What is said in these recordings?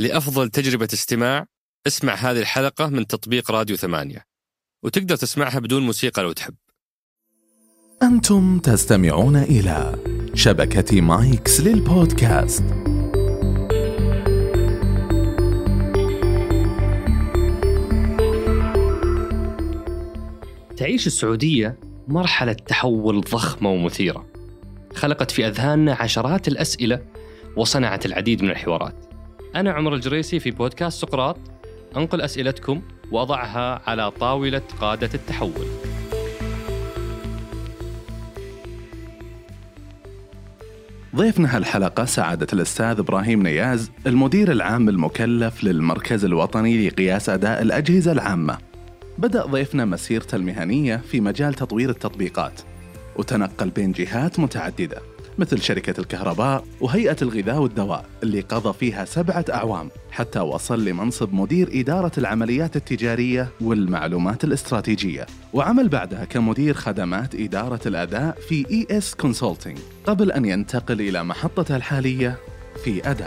لأفضل تجربة استماع اسمع هذه الحلقة من تطبيق راديو 8، وتقدر تسمعها بدون موسيقى لو تحب. أنتم تستمعون إلى شبكة مايكس للبودكاست. تعيش السعودية مرحلة تحول ضخمة ومثيرة، خلقت في أذهاننا عشرات الأسئلة وصنعت العديد من الحوارات. أنا عمر الجريسي في بودكاست سقراط أنقل أسئلتكم وأضعها على طاولة قادة التحول. ضيفنا هالحلقة سعادة الأستاذ إبراهيم نياز، المدير العام المكلف للمركز الوطني لقياس أداء الأجهزة العامة. بدأ ضيفنا مسيرته المهنية في مجال تطوير التطبيقات، وتنقل بين جهات متعددة مثل شركة الكهرباء وهيئة الغذاء والدواء اللي قضى فيها 7 أعوام، حتى وصل لمنصب مدير إدارة العمليات التجارية والمعلومات الاستراتيجية، وعمل بعدها كمدير خدمات إدارة الأداء في ES Consulting قبل أن ينتقل إلى محطته الحالية في أداء.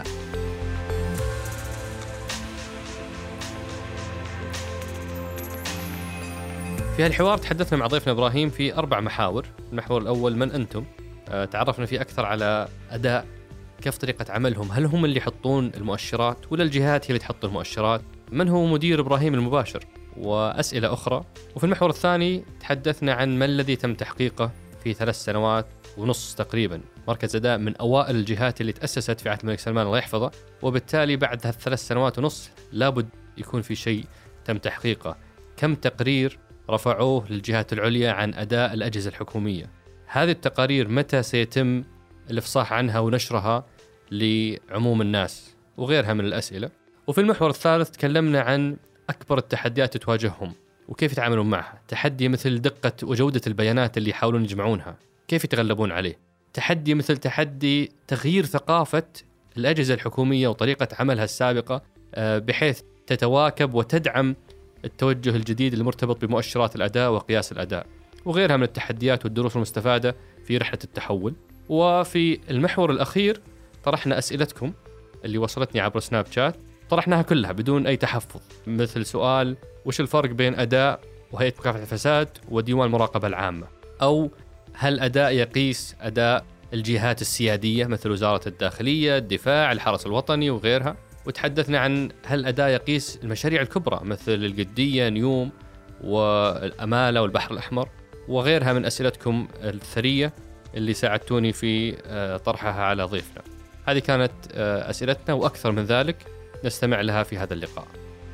في هالحوار تحدثنا مع ضيفنا إبراهيم في 4 محاور. المحور الأول: من أنتم؟ تعرفنا فيه أكثر على أداء، كيف طريقة عملهم، هل هم اللي يحطون المؤشرات ولا الجهات هي اللي تحط المؤشرات، من هو مدير إبراهيم المباشر، وأسئلة أخرى. وفي المحور الثاني تحدثنا عن ما الذي تم تحقيقه في 3 سنوات ونص تقريبا. مركز أداء من أوائل الجهات اللي تأسست في عهد الملك سلمان الله يحفظه، وبالتالي بعد ال3 سنوات ونص لابد يكون في شيء تم تحقيقه. كم تقرير رفعوه للجهات العليا عن أداء الأجهزة الحكومية؟ هذه التقارير متى سيتم الإفصاح عنها ونشرها لعموم الناس؟ وغيرها من الأسئلة. وفي المحور الثالث تكلمنا عن أكبر التحديات تواجههم وكيف يتعاملون معها. تحدي مثل دقة وجودة البيانات اللي يحاولون يجمعونها، كيف يتغلبون عليه. تحدي مثل تحدي تغيير ثقافة الأجهزة الحكومية وطريقة عملها السابقة بحيث تتواكب وتدعم التوجه الجديد المرتبط بمؤشرات الأداء وقياس الأداء، وغيرها من التحديات والدروس المستفادة في رحلة التحول. وفي المحور الأخير طرحنا أسئلتكم اللي وصلتني عبر سناب شات، طرحناها كلها بدون أي تحفظ، مثل سؤال: وش الفرق بين أداء وهيئة مكافحة الفساد وديوان المراقبة العامة؟ أو هل أداء يقيس أداء الجهات السيادية مثل وزارة الداخلية، الدفاع، الحرس الوطني وغيرها؟ وتحدثنا عن هل أداء يقيس المشاريع الكبرى مثل القدية، نيوم والأمالة والبحر الأحمر، وغيرها من أسئلتكم الثرية اللي ساعدتوني في طرحها على ضيفنا. هذه كانت أسئلتنا وأكثر من ذلك نستمع لها في هذا اللقاء.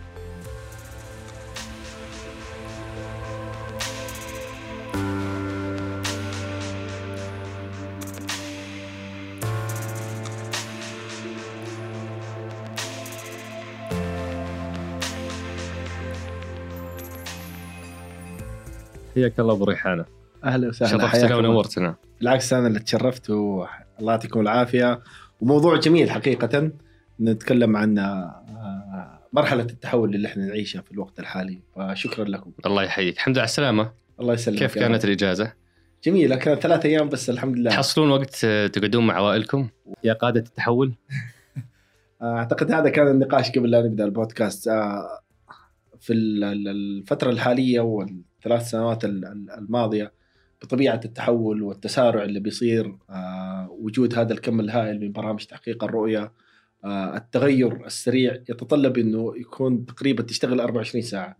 حياك الله أبو ريحانة. أهلا وسهلا، شرفتنا ونورتنا. بالعكس أنا اللي تشرفت، والله يعطيكم العافية. وموضوع جميل حقيقة نتكلم عن مرحلة التحول اللي احنا نعيشها في الوقت الحالي، فشكرا لكم. الله يحييك، الحمد لله على السلامة. الله يسلمك. كيف كانت الإجازة؟ جميلة، كانت 3 أيام بس الحمد لله. تحصلون وقت تقعدون مع عوائلكم يا قادة التحول؟ أعتقد هذا كان النقاش قبل لا نبدأ البودكاست. في الفترة الحالية وال3 سنوات الماضية، بطبيعة التحول والتسارع اللي بيصير، وجود هذا الكم الهائل من برامج تحقيق الرؤية، التغير السريع يتطلب أنه يكون تقريبا تشتغل 24 ساعة.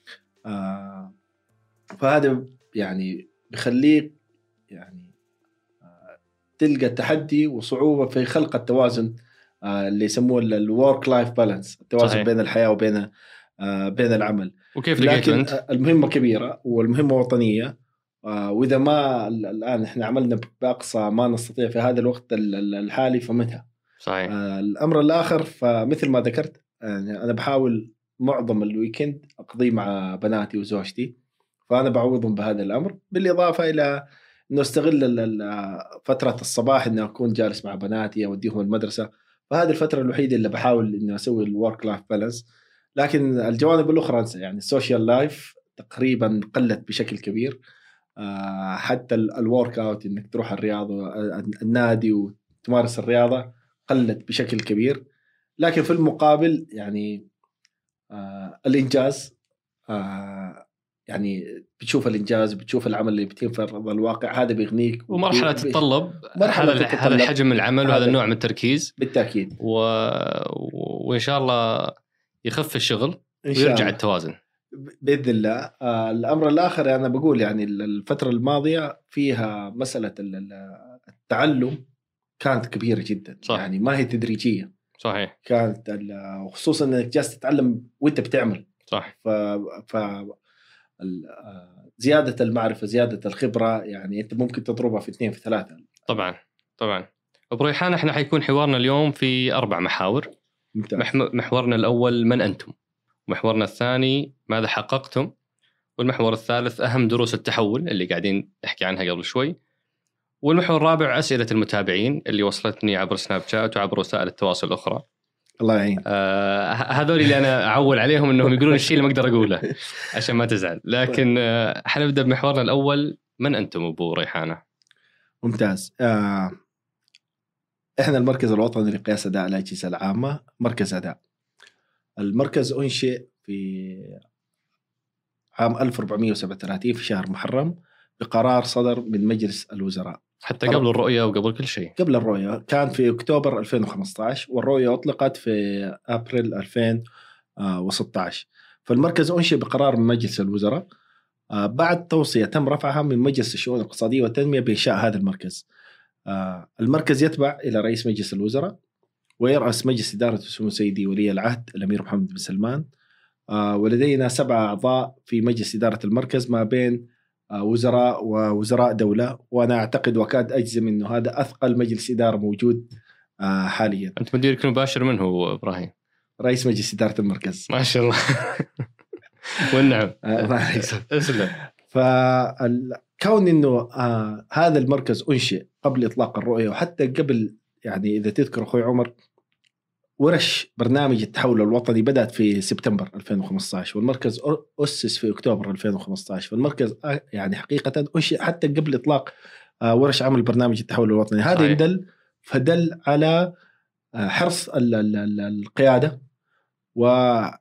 فهذا يعني بيخليك يعني تلقى تحدي وصعوبة في خلق التوازن اللي يسموه الورك لايف بالانس، التوازن صحيح. بين الحياة وبين العمل. وكيف لقيت أنت؟ المهمة كبيرة والمهمة وطنية، وإذا ما الآن إحنا عملنا بأقصى ما نستطيع في هذا الوقت الحالي فمتى؟ صحيح. الأمر الآخر، فمثل ما ذكرت يعني أنا بحاول معظم الويكند أقضي مع بناتي وزوجتي، فأنا بعوضهم بهذا الأمر، بالإضافة إلى إنه استغل فترة الصباح إنه أكون جالس مع بناتي أوديهم المدرسة. فهذه الفترة الوحيدة اللي بحاول إنه أسوي الورك لايف بالانس. لكن الجوانب الأخرى يعني السوشيال لايف تقريبا قلت بشكل كبير. حتى الورك اوت، إنك تروح الرياضة النادي وتمارس الرياضة، قلت بشكل كبير. لكن في المقابل يعني الإنجاز يعني بتشوف الإنجاز، بتشوف العمل اللي بيتم في أرض الواقع، هذا بيغنيك. ومرحلة تتطلب مرحلة هذا تتطلب الحجم من العمل وهذا النوع من التركيز بالتأكيد. وإن شاء الله يخف الشغل ويرجع التوازن بإذن الله. الأمر الآخر أنا بقول يعني الفترة الماضية فيها مسألة التعلم كانت كبيرة جدا. صح. يعني ما هي تدريجية. صحيح. كانت خصوصا أنك جالس تتعلم وأنت بتعمل. صح. زيادة المعرفة، زيادة الخبرة، يعني أنت ممكن تضربها في 2 في 3. طبعا. أبو ريحان، احنا حيكون حوارنا اليوم في 4 محاور. محورنا الأول من أنتم، ومحورنا الثاني ماذا حققتم، والمحور الثالث أهم دروس التحول اللي قاعدين نحكي عنها قبل شوي، والمحور الرابع أسئلة المتابعين اللي وصلتني عبر سناب شات وعبر وسائل التواصل الأخرى. الله يعين. هذول اللي أنا أعول عليهم أنهم يقولون الشيء اللي ما أقدر أقوله عشان ما تزعل. لكن حنبدأ بمحورنا الأول، من أنتم أبو ريحانة؟ ممتاز. إحنا المركز الوطني لقياس أداء الأجهزة العامة، مركز أداء. المركز أنشئ في عام 1437 في شهر محرم بقرار صدر من مجلس الوزراء. حتى قبل الرؤية وقبل كل شيء. قبل الرؤية كان في أكتوبر 2015، والرؤية أطلقت في أبريل 2016. فالمركز أنشئ بقرار من مجلس الوزراء بعد توصية تم رفعها من مجلس الشؤون الاقتصادية والتنمية بإنشاء هذا المركز. المركز يتبع إلى رئيس مجلس الوزراء، ويرأس مجلس إدارة سمو سيدي ولي العهد الأمير محمد بن سلمان. ولدينا 7 أعضاء في مجلس إدارة المركز ما بين وزراء ووزراء دولة، وأنا أعتقد وكاد أجزم أنه هذا أثقل مجلس إدارة موجود حاليا. أنت مديرك المباشر من هو إبراهيم؟ رئيس مجلس إدارة المركز. ما شاء الله. والنعم. فكون أنه هذا المركز أنشئ قبل إطلاق الرؤية، وحتى قبل يعني إذا تذكر أخوي عمر ورش برنامج التحول الوطني بدأت في سبتمبر 2015، والمركز أسس في أكتوبر 2015. فالمركز يعني حقيقة أنشئ حتى قبل إطلاق ورش عمل برنامج التحول الوطني. هذا فدل على حرص القيادة وعلى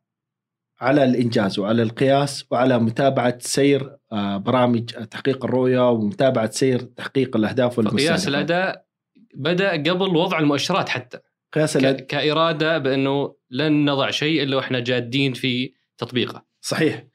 الإنجاز وعلى القياس وعلى متابعة سير برامج تحقيق الرؤية ومتابعة سير تحقيق الأهداف والمستهدفات. قياس الأداء بدأ قبل وضع المؤشرات، حتى كإرادة بأنه لن نضع شيء إلا وإحنا جادين في تطبيقه. صحيح.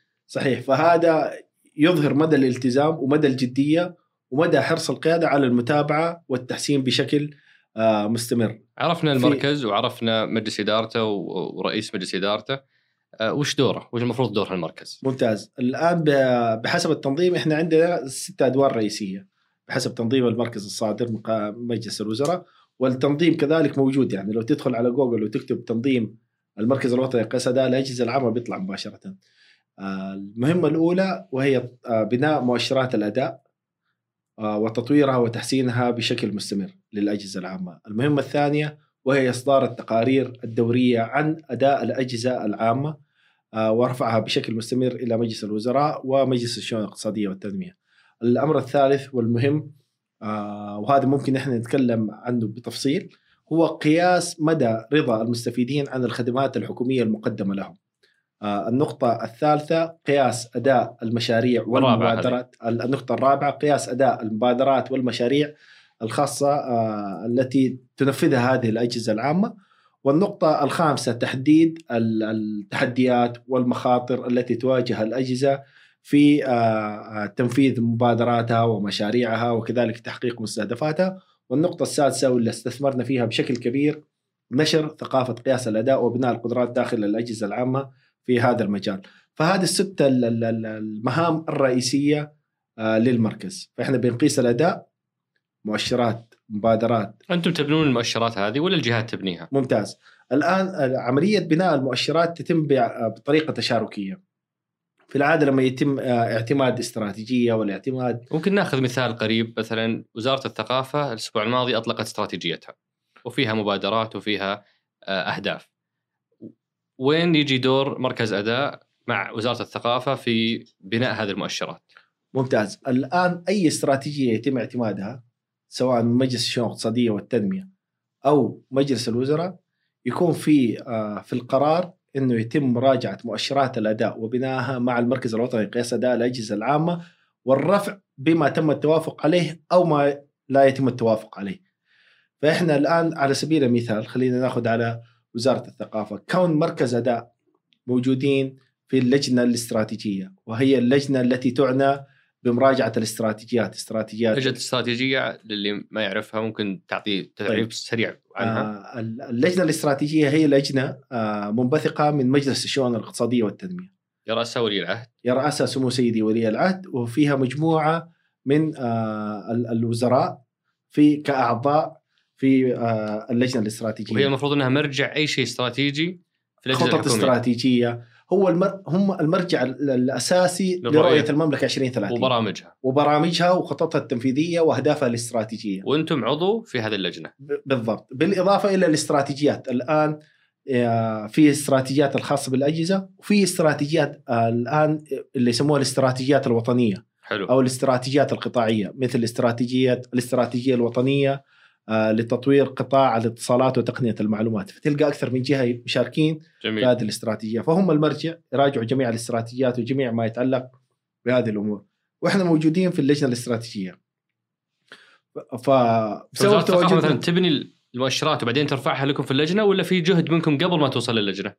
فهذا يظهر مدى الالتزام ومدى الجدية ومدى حرص القيادة على المتابعة والتحسين بشكل مستمر. عرفنا المركز وعرفنا مجلس إدارته ورئيس مجلس إدارته، وش دوره؟ وش المفروض دور المركز؟ ممتاز. الآن بحسب التنظيم إحنا عندنا 6 أدوار رئيسية بحسب تنظيم المركز الصادر من مجلس الوزراء، والتنظيم كذلك موجود. يعني لو تدخل على جوجل وتكتب تنظيم المركز الوطني لقياس أداء الأجهزة العامة بيطلع مباشرة. المهمة الأولى وهي بناء مؤشرات الأداء وتطويرها وتحسينها بشكل مستمر للأجهزة العامة. المهمة الثانية وهي إصدار التقارير الدورية عن أداء الأجهزة العامة ورفعها بشكل مستمر إلى مجلس الوزراء ومجلس الشؤون الاقتصادية والتنمية. الأمر الثالث والمهم وهذا ممكن إحنا نتكلم عنه بتفصيل، هو قياس مدى رضا المستفيدين عن الخدمات الحكومية المقدمة لهم. النقطة الثالثة قياس أداء المشاريع والمبادرات. النقطة الرابعة قياس أداء المبادرات والمشاريع الخاصة التي تنفذها هذه الأجهزة العامة. والنقطة الخامسة تحديد التحديات والمخاطر التي تواجه الأجهزة في تنفيذ مبادراتها ومشاريعها وكذلك تحقيق مستهدفاتها. والنقطة السادسة واللي استثمرنا فيها بشكل كبير نشر ثقافة قياس الأداء وبناء القدرات داخل الأجهزة العامة في هذا المجال. فهذه ال6 المهام الرئيسية للمركز. فإحنا بنقيس الأداء، مؤشرات، مبادرات. أنتم تبنون المؤشرات هذه ولا الجهات تبنيها؟ ممتاز. الآن عملية بناء المؤشرات تتم بطريقة تشاركية. في العادة لما يتم اعتماد استراتيجية والاعتماد، ممكن ناخذ مثال قريب. مثلا وزارة الثقافة الأسبوع الماضي أطلقت استراتيجيتها وفيها مبادرات وفيها أهداف. وين يجي دور مركز أداء مع وزارة الثقافة في بناء هذه المؤشرات؟ ممتاز. الآن أي استراتيجية يتم اعتمادها سواء من مجلس الشؤون الاقتصادية والتنمية أو مجلس الوزراء يكون في القرار انه يتم مراجعه مؤشرات الاداء وبناءها مع المركز الوطني لقياس اداء الاجهزه العامه، والرفع بما تم التوافق عليه او ما لا يتم التوافق عليه. فاحنا الان على سبيل المثال خلينا ناخذ على وزاره الثقافه، كون مركز اداء موجودين في اللجنه الاستراتيجيه، وهي اللجنه التي تعنى بمراجعه الاستراتيجيات. لجنه الاستراتيجيه للي ما يعرفها ممكن تعطي تعريف سريع عنها. اللجنه الاستراتيجيه هي لجنه منبثقه من مجلس الشؤون الاقتصاديه والتنميه، يرأسها ولي العهد، يرأسها سمو سيدي ولي العهد، وفيها مجموعه من الوزراء في كأعضاء في اللجنه الاستراتيجيه، وهي المفروض انها مرجع اي شيء استراتيجي في اللجنه خطط الحكومية. استراتيجيه، هم المرجع الاساسي لرؤيه المملكه 2030 وبرامجها وخططها التنفيذيه واهدافها الاستراتيجيه، وانتم عضو في هذه اللجنه. بالضبط. بالاضافه الى الاستراتيجيات، الان في استراتيجيات الخاصه بالاجهزه، وفي استراتيجيات الان اللي يسموها الاستراتيجيات الوطنيه. حلو. او الاستراتيجيات القطاعيه، مثل الاستراتيجيه الوطنيه لتطوير قطاع الاتصالات وتقنيه المعلومات، فتلقى اكثر من جهه مشاركين. جميل. في هذه الاستراتيجيه، فهم المرجع يراجعوا جميع الاستراتيجيات وجميع ما يتعلق بهذه الامور، واحنا موجودين في اللجنه الاستراتيجيه. فبسبب تواجد مثلا تبني المؤشرات وبعدين ترفعها لكم في اللجنه، ولا في جهد منكم قبل ما توصل للجنه؟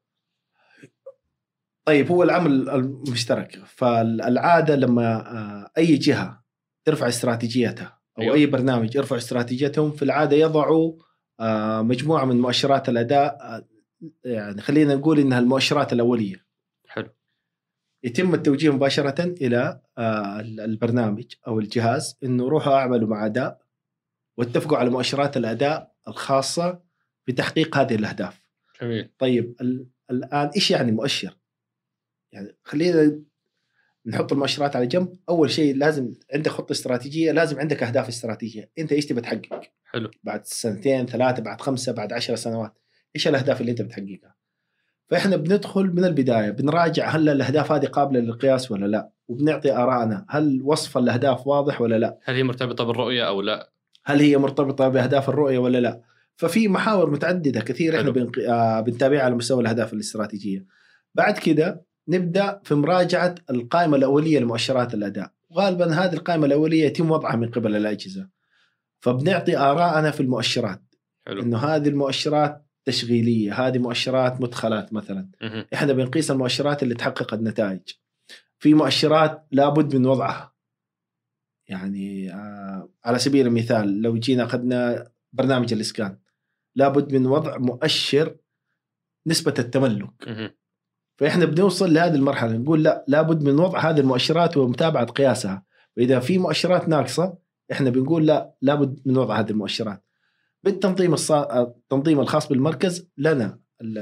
طيب، هو العمل المشترك. فالعاده لما اي جهه ترفع استراتيجيتها أو أيوه. أي برنامج يرفع استراتيجيتهم، في العادة يضعوا مجموعة من مؤشرات الأداء، يعني خلينا نقول إنها المؤشرات الأولية. حلو. يتم التوجيه مباشرة إلى البرنامج أو الجهاز إنه روحوا أعملوا مع أداء واتفقوا على مؤشرات الأداء الخاصة بتحقيق هذه الأهداف. جميل. طيب الآن إيش يعني مؤشر؟ يعني خلينا نحط المؤشرات على جنب. أول شيء لازم عندك خطة استراتيجية، لازم عندك أهداف استراتيجية. أنت إيش تبي تحقق؟ حلو. بعد 2 3 بعد 5 بعد 10 سنوات، إيش الأهداف اللي أنت بتحققها؟ فإحنا بندخل من البداية بنراجع هل الأهداف هذه قابلة للقياس ولا لا، وبنعطي آراءنا هل وصف الأهداف واضح ولا لا، هل هي مرتبطة بالرؤية أو لا، هل هي مرتبطة بأهداف الرؤية ولا لا. ففي محاور متعددة كثير إحنا بنتابعها على مستوى الأهداف الاستراتيجية. بعد كده نبدأ في مراجعة القائمة الأولية لمؤشرات الأداء، وغالبا هذه القائمة الأولية يتم وضعها من قبل الأجهزة، فبنعطي آراءنا في المؤشرات. حلو. إنه هذه المؤشرات تشغيلية، هذه مؤشرات مدخلات مثلا. إحنا بنقيس المؤشرات اللي تحقق النتائج. في مؤشرات لابد من وضعها، يعني على سبيل المثال لو جينا أخذنا برنامج الإسكان، لابد من وضع مؤشر نسبة التملك. فإحنا بنوصل لهذه المرحلة نقول لا، لابد من وضع هذه المؤشرات ومتابعة قياسها. وإذا في مؤشرات ناقصة إحنا بنقول لا، لابد من وضع هذه المؤشرات. بالتنظيم التنظيم الخاص بالمركز لنا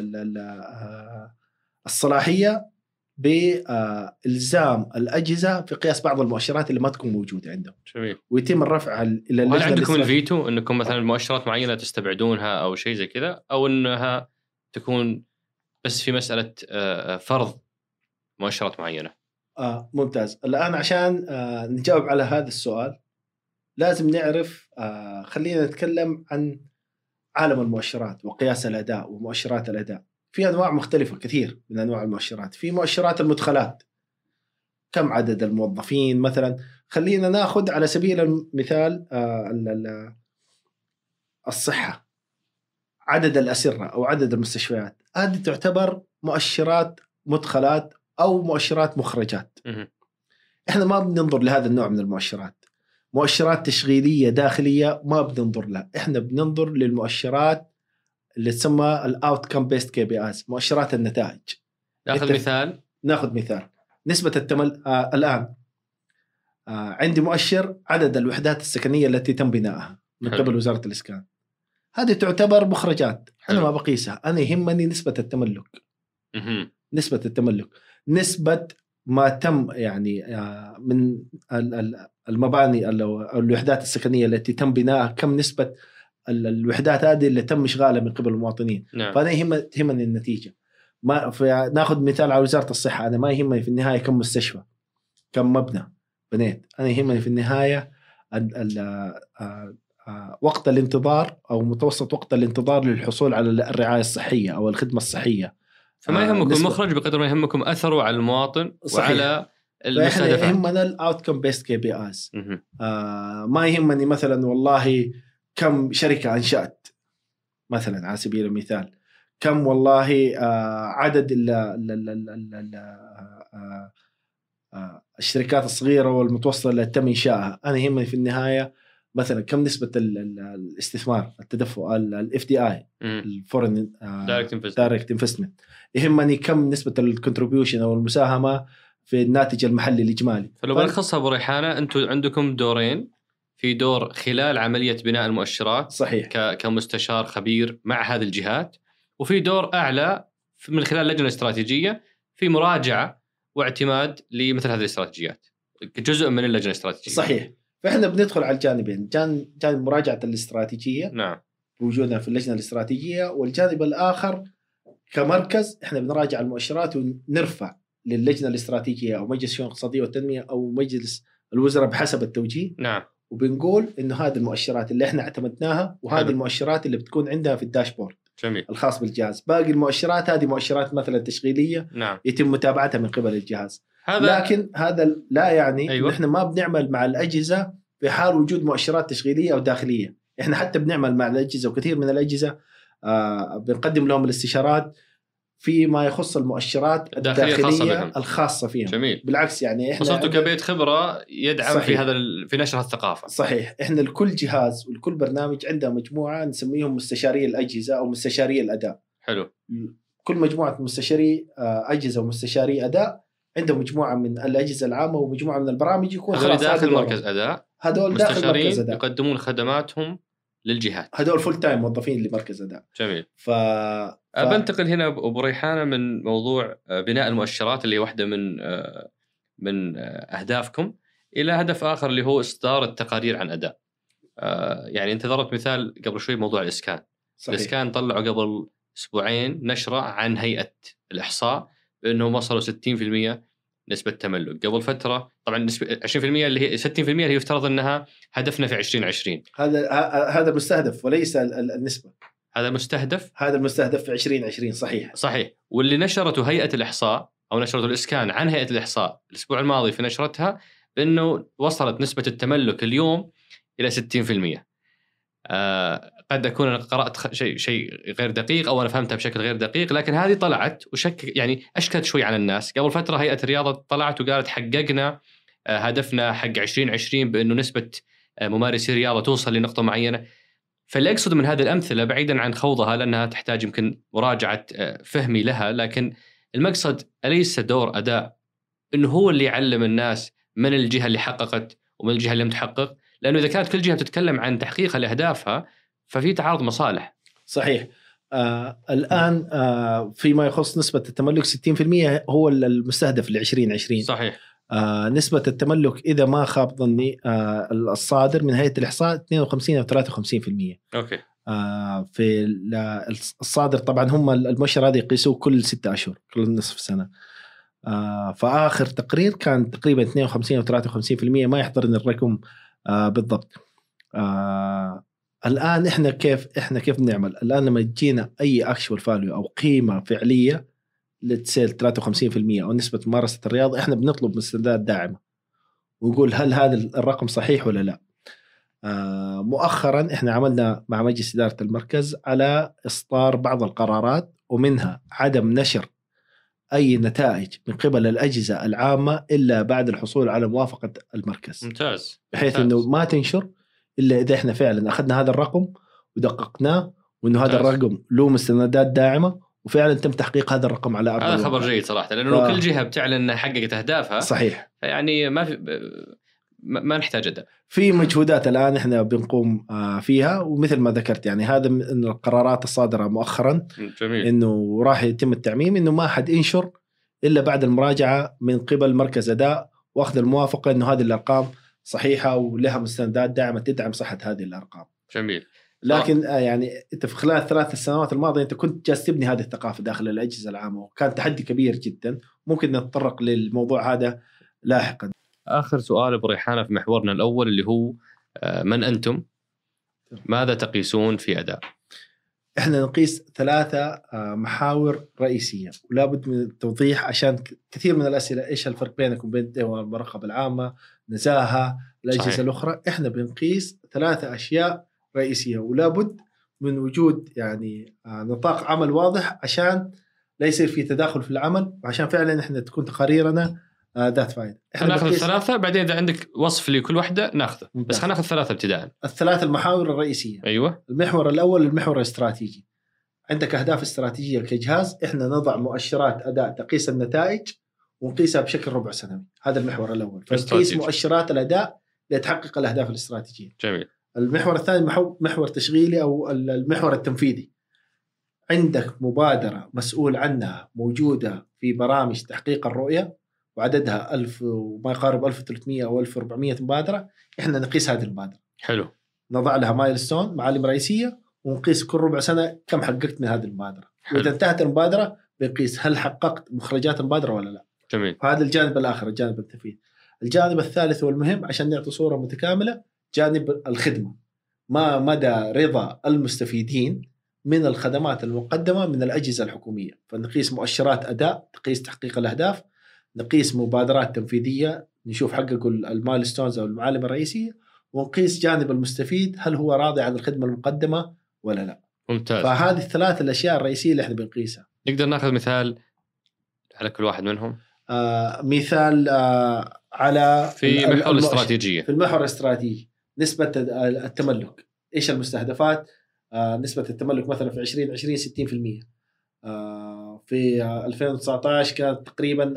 الصلاحية بإلزام الأجهزة في قياس بعض المؤشرات اللي ما تكون موجودة عندهم. جميل. ويتم الرفع إلى اللجنة. هل عندكم الفيتو إنكم مثلا مؤشرات معينة تستبعدونها أو شيء زي كذا، أو إنها تكون بس في مسألة فرض مؤشرات معينة؟ ممتاز. الآن عشان نجاوب على هذا السؤال لازم نعرف، خلينا نتكلم عن عالم المؤشرات وقياس الأداء ومؤشرات الأداء. في أنواع مختلفة كثير من أنواع المؤشرات. في مؤشرات المدخلات، كم عدد الموظفين مثلا. خلينا ناخذ على سبيل المثال الصحة، عدد الأسرة أو عدد المستشفيات. هذه تعتبر مؤشرات مدخلات أو مؤشرات مخرجات. إحنا ما بننظر لهذا النوع من المؤشرات. مؤشرات تشغيلية داخلية ما بننظر لها. إحنا بننظر للمؤشرات اللي تسمى الأوتكم بيست KPIs، مؤشرات النتائج. ناخذ مثال نسبة الآن عندي مؤشر عدد الوحدات السكنية التي تم بنائها من قبل وزارة الإسكان. هذه تعتبر مخرجات. أنا ما بقيسها، أنا يهمني نسبة التملك. نسبة التملك، نسبة ما تم يعني من المباني أو الوحدات السكنية التي تم بنائها، كم نسبة الوحدات هذه اللي تم إشغالها من قبل المواطنين. نعم. فأنا يهمني النتيجة. ما ناخذ مثال على وزارة الصحة، أنا ما يهمني في النهاية كم مستشفى، كم مبنى بنيت. أنا يهمني في النهاية وقت الانتظار أو متوسط وقت الانتظار للحصول على الرعاية الصحية أو الخدمة الصحية. فما يهمكم المخرج بقدر ما يهمكم أثره على المواطن. صحيح. وعلى المستهدفات. يهمنا الاوتكم بيست كي بي ايز. ما يهمني مثلا والله كم شركة أنشأت مثلا على سبيل المثال، كم والله عدد الشركات الصغيرة والمتوسطة اللي تم إنشائها. أنا يهمني في النهاية مثلا كم نسبة الاستثمار التدفق FDI الفورن دايركت انفستمنت. يهمني كم نسبة الكونتريبيوشن أو المساهمة في الناتج المحلي الإجمالي. فلو بنخصها أبو ريحانة، أنتم عندكم دورين، في دور خلال عملية بناء المؤشرات صحيح كمستشار خبير مع هذه الجهات، وفي دور أعلى من خلال اللجنة الاستراتيجية في مراجعة واعتماد لمثل هذه الاستراتيجيات كجزء من اللجنة الاستراتيجية. صحيح. فإحنا بندخل على الجانبين، جانب مراجعة الاستراتيجية نعم بوجودنا في اللجنة الاستراتيجية، والجانب الآخر كمركز إحنا بنراجع المؤشرات ونرفع للجنة الاستراتيجية أو مجلس الشؤون الاقتصادية والتنمية أو مجلس الوزراء بحسب التوجيه. نعم. وبنقول إنه هذه المؤشرات اللي إحنا اعتمدناها وهذه حلو. المؤشرات اللي بتكون عندها في الداشبورد جميل. الخاص بالجهاز. باقي المؤشرات هذه مؤشرات مثلا تشغيلية نعم. يتم متابعتها من قبل الجهاز. هذا لكن هذا لا يعني أيوة. إن إحنا ما بنعمل مع الأجهزة في حال وجود مؤشرات تشغيلية أو داخلية. إحنا حتى بنعمل مع الأجهزة، وكثير من الأجهزة بنقدم لهم الاستشارات فيما يخص المؤشرات الداخلية الخاصة فيهم. جميل. بالعكس يعني إحنا صرتوا كبيت خبرة يدعم صحيح. في نشر الثقافة. صحيح. إحنا لكل جهاز ولكل برنامج عندنا مجموعة نسميهم مستشاري الأجهزة أو مستشاري الأداء. حلو. كل مجموعة مستشاري أجهزة ومستشاري أداء عندهم مجموعة من الأجهزة العامة ومجموعة من البرامج يكون خلاص داخل مركز أداء. هدول داخل مركز أداء يقدمون خدماتهم للجهات. هدول فول تايم موظفين لمركز أداء. جميل. بنتقل هنا أبو ريحانة من موضوع بناء المؤشرات اللي واحدة من أهدافكم إلى هدف آخر اللي هو إصدار التقارير عن أداء. يعني أنت ضربت مثال قبل شوي موضوع الإسكان. صحيح. الإسكان طلعوا قبل أسبوعين نشرة عن هيئة الإحصاء بأنهم وصلوا 60% نسبة تملك. قبل فترة طبعا نسبة 20% اللي هي 60% اللي هي يفترض أنها هدفنا في 2020. هذا المستهدف وليس النسبة. هذا مستهدف. هذا المستهدف في 2020. صحيح. واللي نشرته هيئة الإحصاء أو نشرته الإسكان عن هيئة الإحصاء الأسبوع الماضي في نشرتها بأنه وصلت نسبة التملك اليوم إلى 60%. قد أكون أنا قرأت شيء غير دقيق أو أنا فهمتها بشكل غير دقيق، لكن هذه طلعت يعني أشكلت شوي على الناس. قبل فترة هيئة الرياضة طلعت وقالت حققنا هدفنا حق 2020 بأنه نسبة ممارسي الرياضة توصل لنقطة معينة. فاللي أقصد من هذه الأمثلة بعيدا عن خوضها لأنها تحتاج يمكن مراجعة فهمي لها، لكن المقصد أليس دور أداء إنه هو اللي يعلم الناس من الجهة اللي حققت ومن الجهة اللي لم تحقق؟ لأنه إذا كانت كل جهة تتكلم عن تحقيق لأهدافها ففي تعارض مصالح. صحيح. الآن فيما يخص نسبة التملك 60% هو المستهدف ل 2020. صحيح. نسبة التملك إذا ما خاب ظني الصادر من هيئة الإحصاء 52 أو 53%. أوكي. في الصادر طبعا هم المؤشر هذا يقيسوه كل 6 أشهر كل نصف سنة. فآخر تقرير كان تقريبا 52 أو 53%، ما يحضرني الرقم بالضبط. الآن إحنا كيف بنعمل الآن لما يجينا أي أكشوال فاليو أو قيمة فعلية لتسيل 53% أو نسبة ممارسة الرياضة، إحنا بنطلب مستندات داعمة ونقول هل هذا الرقم صحيح ولا لا. مؤخرا إحنا عملنا مع مجلس إدارة المركز على إصدار بعض القرارات، ومنها عدم نشر أي نتائج من قبل الأجهزة العامة إلا بعد الحصول على موافقة المركز. ممتاز. بحيث إنه ما تنشر إلا إذا إحنا فعلا أخذنا هذا الرقم ودققناه وإنه هذا الرقم له مستندات داعمة وفعلا تم تحقيق هذا الرقم على أرض الواقع. هذا خبر جيد صراحة، لأنه كل جهة بتعلن أنها حققت أهدافها. صحيح. يعني ما نحتاج أداء. في مجهودات الآن إحنا بنقوم فيها، ومثل ما ذكرت يعني هذا من القرارات الصادرة مؤخرا. جميل. إنه راح يتم التعميم إنه ما حد ينشر إلا بعد المراجعة من قبل مركز أداء وأخذ الموافقة إنه هذه الأرقام صحيحة ولها مستندات داعمة تدعم صحة هذه الأرقام. جميل. لكن يعني أنت في خلال 3 سنوات الماضية أنت كنت جالس تبني هذه الثقافة داخل الأجهزة العامة، وكان تحدي كبير جدا. ممكن نتطرق للموضوع هذا لاحقا. آخر سؤال بريحانة في محورنا الأول اللي هو من أنتم؟ ماذا تقيسون في أداء؟ احنا نقيس 3 محاور رئيسية، ولا بد من التوضيح عشان كثير من الأسئلة إيش الفرق بينكم وبين المراقبة العامة، نزاهة، الأجهزة صحيح. الأخرى. احنا بنقيس 3 أشياء رئيسية، ولا بد من وجود يعني نطاق عمل واضح عشان لا يصير في تداخل في العمل، وعشان فعلا احنا تكون تقاريرنا ذات فائدة. احنا ناخذ 3 بعدين إذا عندك وصف لكل واحدة ناخذه، بس خلينا ناخذ 3 ابتداء. ال3 المحاور الرئيسية. أيوة. المحور الأول المحور الاستراتيجي. عندك أهداف استراتيجية كجهاز، إحنا نضع مؤشرات أداء تقيس النتائج ونقيسها بشكل ربع سنوي. هذا المحور الأول، فنقيس مؤشرات الأداء لتحقق الأهداف الاستراتيجية. جميل. المحور الثاني محور تشغيلي أو المحور التنفيذي. عندك مبادرة مسؤول عنها موجودة في برامج تحقيق الرؤية وعددها 1000 وما يقارب 1300 أو 1400 مبادرة، إحنا نقيس هذه المبادرة. حلو. نضع لها مايلستون، معالم رئيسية، ونقيس كل ربع سنة كم حققت من هذه المبادرة. وإذا انتهت المبادرة بنقيس هل حققت مخرجات المبادرة ولا لا. جميل. هذا الجانب الآخر، الجانب التنفيذي. الجانب الثالث والمهم عشان نعطي صورة متكاملة، جانب الخدمة. ما مدى رضا المستفيدين من الخدمات المقدمة من الأجهزة الحكومية. فنقيس مؤشرات أداء تقيس تحقيق الأهداف، نقيس مبادرات تنفيذية نشوف حققوا المايلستونز أو المعالم الرئيسية، ونقيس جانب المستفيد هل هو راضي عن الخدمة المقدمة ولا لا. ممتاز. فهذه ال3 الأشياء الرئيسية اللي احنا بنقيسها. نقدر ناخذ مثال على كل واحد منهم؟ مثال على في محور الاستراتيجية. في المحور الاستراتيجي نسبة التملك، إيش المستهدفات؟ نسبة التملك مثلا في 2020 60%، في 2019 كانت تقريبا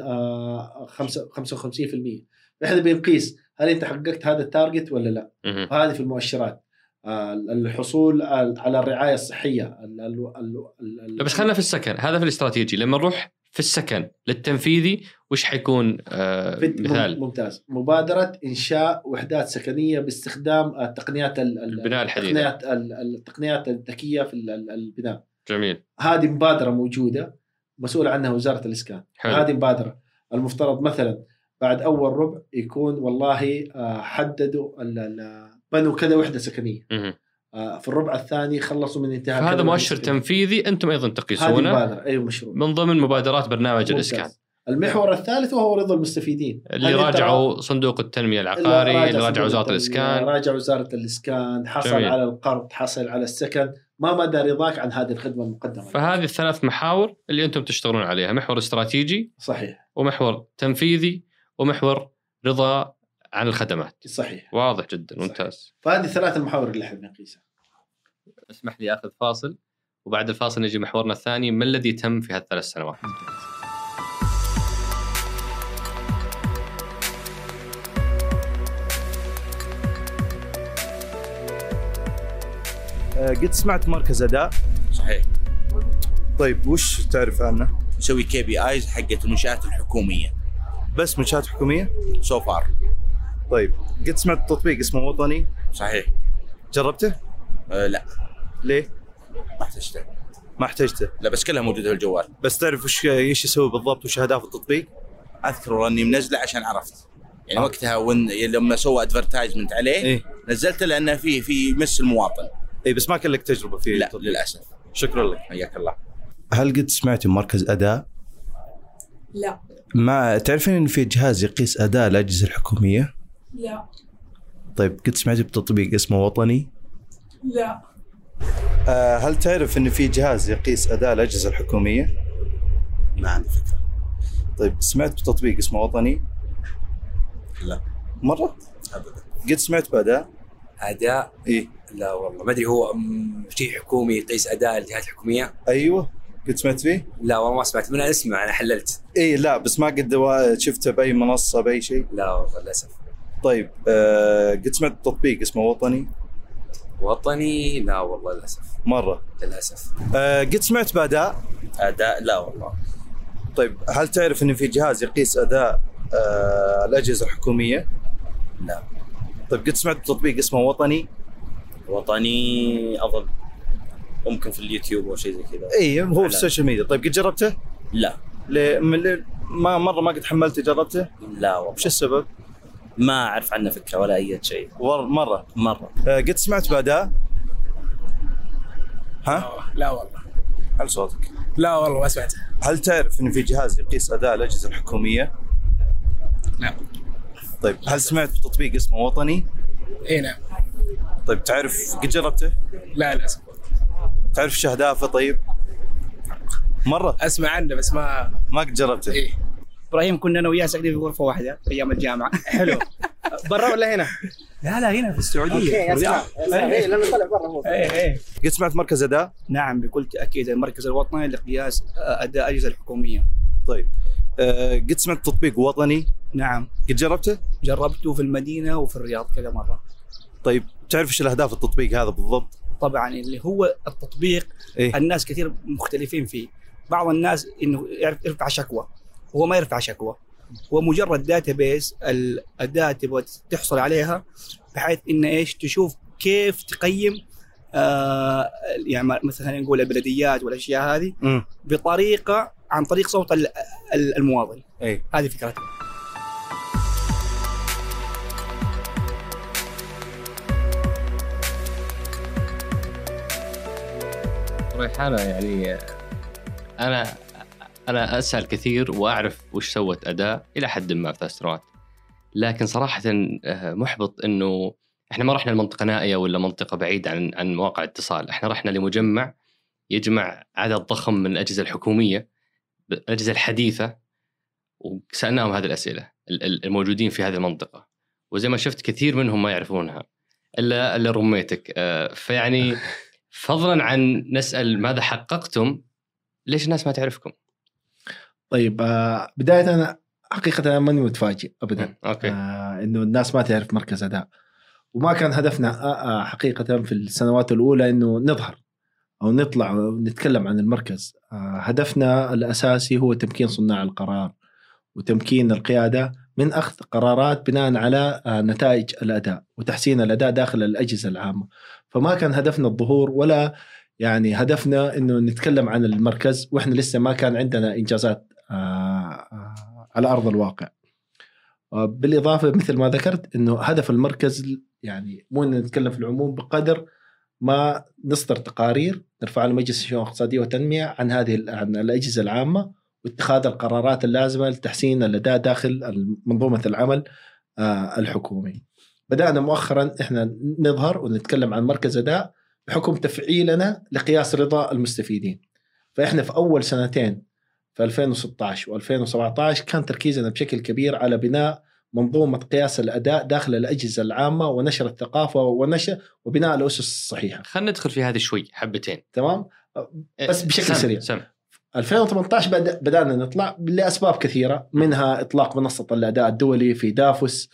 55%. احنا بنقيس هل انت حققت هذا التارجت ولا لا. وهذه في المؤشرات. الحصول على الرعاية الصحية. بس خلينا في السكن، هذا في الاستراتيجي. لما نروح في السكن للتنفيذي وش حيكون مثال؟ ممتاز. مبادرة إنشاء وحدات سكنية باستخدام التقنيات البناء الحديثة، التقنيات الذكية في البناء. جميل. هذه مبادرة موجودة مسؤول عنها وزارة الإسكان. هذه مبادرة المفترض مثلا بعد أول ربع يكون والله حددوا بنوا كذا وحدة سكنية. في الربع الثاني خلصوا من انتهاء. هذا مؤشر تنفيذي أنتم أيضا تقيسونه. هذه مبادرة أي مشروع من ضمن مبادرات برنامج الإسكان. المحور الثالث وهو رضا المستفيدين اللي راجعوا صندوق التنمية العقاري، اللي راجعوا وزارة الإسكان، راجع وزارة الإسكان، حصل جميل. على القرض، حصل على السكن. ما مدى رضاك عن هذه الخدمة المقدمة؟ فهذه ال3 محاور اللي أنتم تشتغلون عليها، محور استراتيجي صحيح، ومحور تنفيذي، ومحور رضا عن الخدمات. صحيح. واضح جدا. ممتاز. فهذه 3 المحاور اللي احنا بنقيسها. اسمح لي أخذ فاصل، وبعد الفاصل نجي محورنا الثاني، ما الذي تم في هذه ال3 سنوات. قد سمعت مركز أداء؟ صحيح. طيب وش تعرف عنه؟ نسوي KPIs حقت المنشآت الحكومية. بس منشآت حكومية؟ So far. طيب قد سمعت تطبيق اسمه وطني؟ صحيح. جربته؟ لا. ليه؟ ما احتجته. لا بس كلها موجودة في الجوال. بس تعرف ايش يسوي بالضبط وش أهداف التطبيق؟ أذكر أني منزله عشان عرفت يعني وقتها لما سوى ادفرتايزمنت عليه نزلته لأنه في يمس المواطن. بس ما كان لك تجربة فيه؟ لا للأسف. شكرا لك. حياك الله. هل قد سمعتي مركز أداء؟ لا. ما تعرفين إن في جهاز يقيس أداء الأجهزة الحكومية؟ لا. طيب قد سمعتي بتطبيق اسمه وطني؟ لا. هل تعرف إن في جهاز يقيس أداء الأجهزة الحكومية؟ ما عندي فكرة. طيب سمعت بتطبيق اسمه وطني؟ لا. مرة؟ أبدا. قد سمعت بأداء؟ أداء؟ إيه. لا والله ما أدري. هو شيء حكومي يقيس أداء الجهات الحكومية؟ أيوة. قد سمعت فيه؟ لا والله ما سمعت. من اسمع أنا حللت. إيه لا بس ما قد شفته بأي منصة بأي شيء؟ لا والله للأسف. طيب قد سمعت تطبيق اسمه وطني؟ وطني؟ لا والله للأسف. مرة؟ للأسف. قد سمعت بأداء؟ أداء؟ لا والله. طيب هل تعرف إن في جهاز يقيس أداء الأجهزة الحكومية؟ لا. طيب قد سمعت بتطبيق اسمه وطني؟ وطني أظن ممكن في اليوتيوب أو شيء زي كذا. إيه هو في السوشيال ميديا. طيب قد جربته؟ لا. مرة ما قد حملته جربته؟ لا والله. وش السبب؟ ما أعرف عنه فكرة ولا أي شيء. مرة. مرة. قد سمعت بأداء؟ ها؟ لا والله. هل صوتك؟ لا والله ما سمعت. هل تعرف إن في جهاز يقيس أداء الأجهزة الحكومية؟ لا. طيب هل سمعت بتطبيق اسمه وطني؟ اي نعم. طيب تعرف قد جربته؟ لا للاسف. تعرف ايش اهدافه؟ طيب مرة اسمع عنه بس ما قد جربته. إيه. ابراهيم كنا انا وياه ساكنين في غرفه واحده ايام الجامعه. حلو. برا ولا هنا؟ لا هنا في السعوديه. ايه لما طلع برا هو. ايه قد سمعت مركز اداء؟ نعم بكل تاكيد المركز الوطني لقياس اداء الاجهزه الحكوميه. طيب قد سمعت تطبيق وطني؟ نعم. قد جربته؟ جربته في المدينه وفي الرياض كذا مره. طيب تعرف ايش الاهداف التطبيق هذا بالضبط؟ طبعا اللي هو التطبيق إيه؟ الناس كثير مختلفين فيه. بعض الناس انه يرفع شكوى، هو ما يرفع شكوى، هو مجرد داتابيس الاداه تبغى تحصل عليها بحيث ان ايش تشوف كيف تقيم يعني مثلا نقول البلديات والاشياء هذه بطريقه عن طريق صوت المواطن. اي هذه فكرتها. ريحانة يعني أنا أسأل كثير وأعرف وش سوت أداء إلى حد ما في 3 سنوات، لكن صراحة محبط إنه إحنا ما رحنا لمنطقة نائية ولا منطقة بعيدة عن مواقع اتصال. إحنا رحنا لمجمع يجمع عدد ضخم من الأجهزة الحكومية، الأجهزة الحديثة، وسألناهم هذه الأسئلة الموجودين في هذه المنطقة، وزي ما شفت كثير منهم ما يعرفونها إلا رميتك. فيعني فضلا عن نسأل ماذا حققتم، ليش الناس ما تعرفكم؟ طيب بداية أنا حقيقة أنا ماني متفاجئ أبدا إنه الناس ما تعرف مركز أداء، وما كان هدفنا حقيقة في السنوات الأولى إنه نظهر أو نطلع ونتكلم عن المركز. هدفنا الأساسي هو تمكين صناع القرار وتمكين القيادة من أخذ قرارات بناء على نتائج الأداء وتحسين الأداء داخل الأجهزة العامة. فما كان هدفنا الظهور ولا يعني هدفنا إنه نتكلم عن المركز وإحنا لسه ما كان عندنا إنجازات على أرض الواقع. بالإضافة مثل ما ذكرت إنه هدف المركز يعني مو إن نتكلم في العموم بقدر ما نصدر تقارير نرفع لمجلس الشؤون الاقتصادية والتنمية عن عن الأجهزة العامة واتخاذ القرارات اللازمة لتحسين الأداء داخل منظومة العمل الحكومي. بدأنا مؤخرا إحنا نظهر ونتكلم عن مركز أداء بحكم تفعيلنا لقياس رضا المستفيدين. فإحنا في أول سنتين في 2016 و2017 كان تركيزنا بشكل كبير على بناء منظومة قياس الأداء داخل الأجهزة العامة ونشر الثقافة وبناء الأسس الصحيحة. خلينا ندخل في هذه شوي حبتين. تمام بس بشكل سريع. 2018 بدأنا نطلع لأسباب كثيرة، منها إطلاق منصة الأداء الدولي في دافوس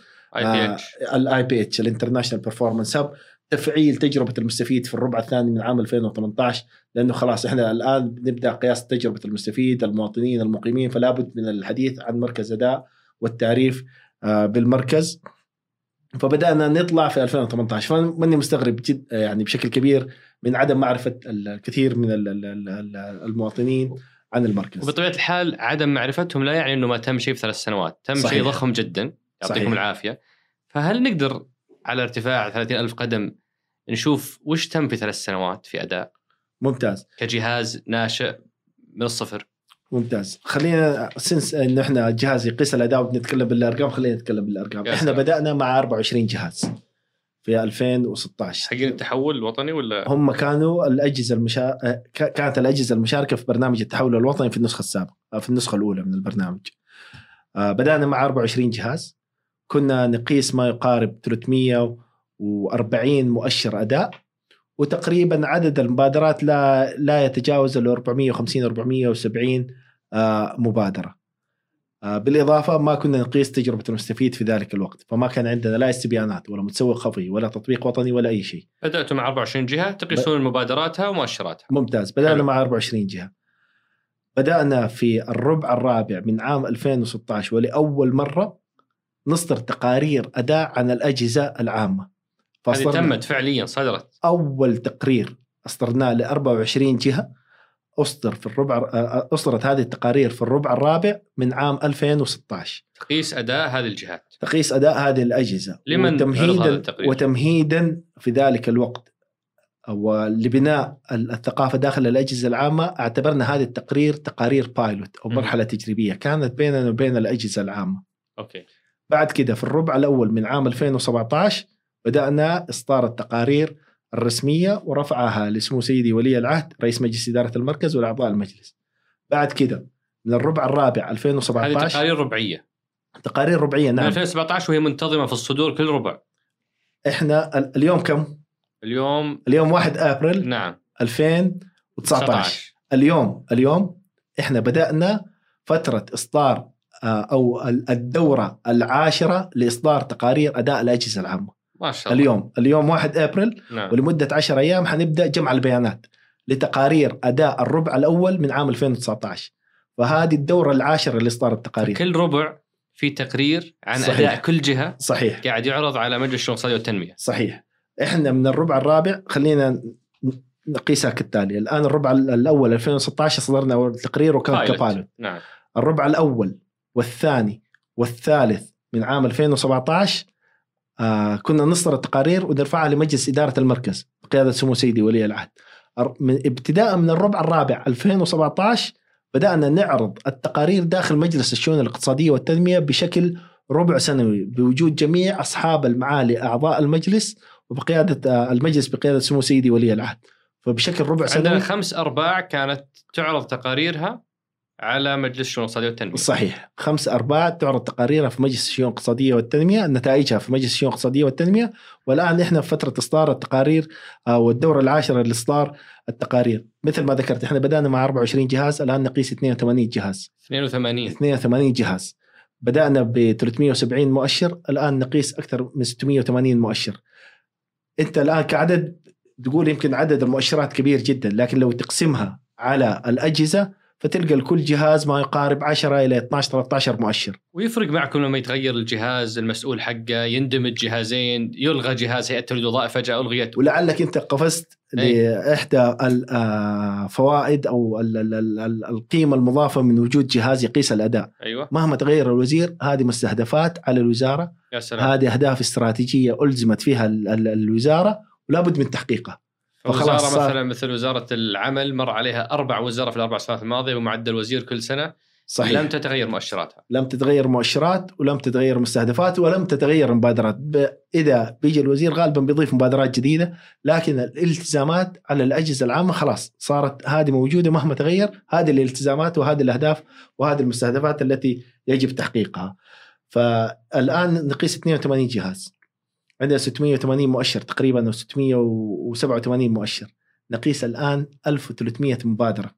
IPH الانترناشنال بيرفورمانس هاب، تفعيل تجربة المستفيد في الربع الثاني من عام 2018، لأنه خلاص إحنا الآن بنبدأ قياس تجربة المستفيد المواطنين المقيمين، فلا بد من الحديث عن مركز أداء والتعريف بالمركز. فبدأنا نطلع في 2018. فماني مستغرب جد يعني بشكل كبير من عدم معرفة الكثير من المواطنين عن المركز. وبطبيعة الحال عدم معرفتهم لا يعني أنه ما تم شيء في 3 سنوات، تم صحيح. شيء ضخم جدا يعطيكم العافية. فهل نقدر على ارتفاع 30,000 قدم نشوف وش تم في 3 سنوات في أداء؟ ممتاز. كجهاز ناشئ من الصفر. ممتاز. خلينا سنس إنه إحنا جهاز يقيس الأداء وبنتكلم بالأرقام، خلينا نتكلم بالأرقام. إحنا بدأنا مع 24 جهاز في 2016. حقين التحول الوطني ولا هم كانوا الأجهزة كانت الأجهزة المشاركة في برنامج التحول الوطني في النسخة السابقة، في النسخة الأولى من البرنامج. بدأنا مع 24 جهاز، كنا نقيس ما يقارب 340 مؤشر أداء، وتقريبا عدد المبادرات لا يتجاوز 450 470 مبادرة. بالإضافة ما كنا نقيس تجربة المستفيد في ذلك الوقت، فما كان عندنا لا استبيانات ولا متسوق خفي ولا تطبيق وطني ولا أي شيء. بدأتوا مع 24 جهة تقيسون مبادراتها ومؤشراتها. ممتاز. بدأنا مع 24 جهة. بدأنا في الربع الرابع من عام 2016 ولأول مرة نصدر تقارير أداء عن الأجهزة العامة. هذه تمت فعليا، صدرت أول تقرير أصدرناه ل 24 جهة، أصدرت هذه التقارير في الربع الرابع من عام 2016. تقيس أداء هذه الجهات، تقيس أداء هذه الأجهزة. وتمهيدا في ذلك الوقت ولبناء الثقافة داخل الأجهزة العامة، اعتبرنا هذه التقرير تقارير بايلوت أو مرحلة تجريبية كانت بيننا وبين الأجهزة العامة. أوكي. بعد كده في الربع الأول من عام 2017 بدأنا إصدار التقارير الرسمية ورفعها لسمو سيدي ولي العهد رئيس مجلس إدارة المركز والأعضاء المجلس. بعد كده من الربع الرابع 2017 هذه تقارير ربعية. تقارير ربعية نعم. 2017 وهي منتظمة في الصدور كل ربع. إحنا اليوم كم؟ اليوم 1 أبريل نعم 2019. اليوم إحنا بدأنا فترة إصدار أو الدورة 10 لإصدار تقارير أداء الأجهزة العامة. ما شاء الله. اليوم 1 أبريل نعم. ولمدة 10 أيام حنبدأ جمع البيانات لتقارير أداء الربع الأول من عام 2019. فهذه الدورة 10 لإصدار التقارير. كل ربع في تقرير عن صحيح. أداء كل جهة. صحيح. قاعد يعرض على مجلس الشؤون الاقتصادية والتنمية. صحيح. إحنا من الربع الرابع خلينا نقيسها كالتالي. الآن الربع الأول 2016 صدرنا التقرير وكان كبايلوت. نعم. الربع الأول والثاني والثالث من عام 2017 كنا نصدر التقارير ونرفعها لمجلس إدارة المركز بقيادة سمو سيدي ولي العهد. ابتداء من الربع الرابع 2017 بدأنا نعرض التقارير داخل مجلس الشؤون الاقتصادية والتنمية بشكل ربع سنوي بوجود جميع أصحاب المعالي أعضاء المجلس وبقيادة المجلس بقيادة سمو سيدي ولي العهد. فبشكل ربع سنوي عندنا 5 أرباع كانت تعرض تقاريرها على مجلس الشؤون الاقتصادية والتنمية. صحيح. 5 أرباع تعرض تقاريرها في مجلس الشؤون الاقتصادية والتنمية، نتائجها في مجلس الشؤون الاقتصادية والتنمية. والآن إحنا في فترة إصدار التقارير والدورة 10 لإصدار التقارير. مثل ما ذكرت إحنا بدأنا مع 24 جهاز، الآن نقيس 82 جهاز. 82 جهاز. بدأنا ب 370 مؤشر، الآن نقيس أكثر من 680 مؤشر. أنت الآن كعدد تقول يمكن عدد المؤشرات كبير جدا، لكن لو تقسمها على الأجهزة فتلقى لكل جهاز ما يقارب 10 إلى 12-13 مؤشر. ويفرق معكم لما يتغير الجهاز المسؤول حقه، يندمج جهازين، يلغى جهاز هيئة توليد وظائف فجأة ألغيت. ولعلك أنت قفزت لإحدى الفوائد أو القيمة المضافة من وجود جهاز يقيس الأداء. أيوة. مهما تغير الوزير هذه مستهدفات على الوزارة. يا سلام. هذه أهداف استراتيجية ألزمت فيها الوزارة ولا بد من تحقيقها. وزارة مثل وزارة العمل مر عليها 4 وزارات في ال4 سنوات الماضية ومعدل وزير كل سنة. صحيح. لم تتغير مؤشراتها، لم تتغير مؤشرات ولم تتغير مستهدفات ولم تتغير مبادرات. إذا بيجي الوزير غالبا بيضيف مبادرات جديدة، لكن الالتزامات على الأجهزة العامة خلاص صارت هذه موجودة مهما تغير. هذه الالتزامات وهذه الأهداف وهذه المستهدفات التي يجب تحقيقها. فالآن نقيس 82 جهاز، عندنا 680 مؤشر تقريبا أو 687 مؤشر. نقيس الآن 1300 مبادرة.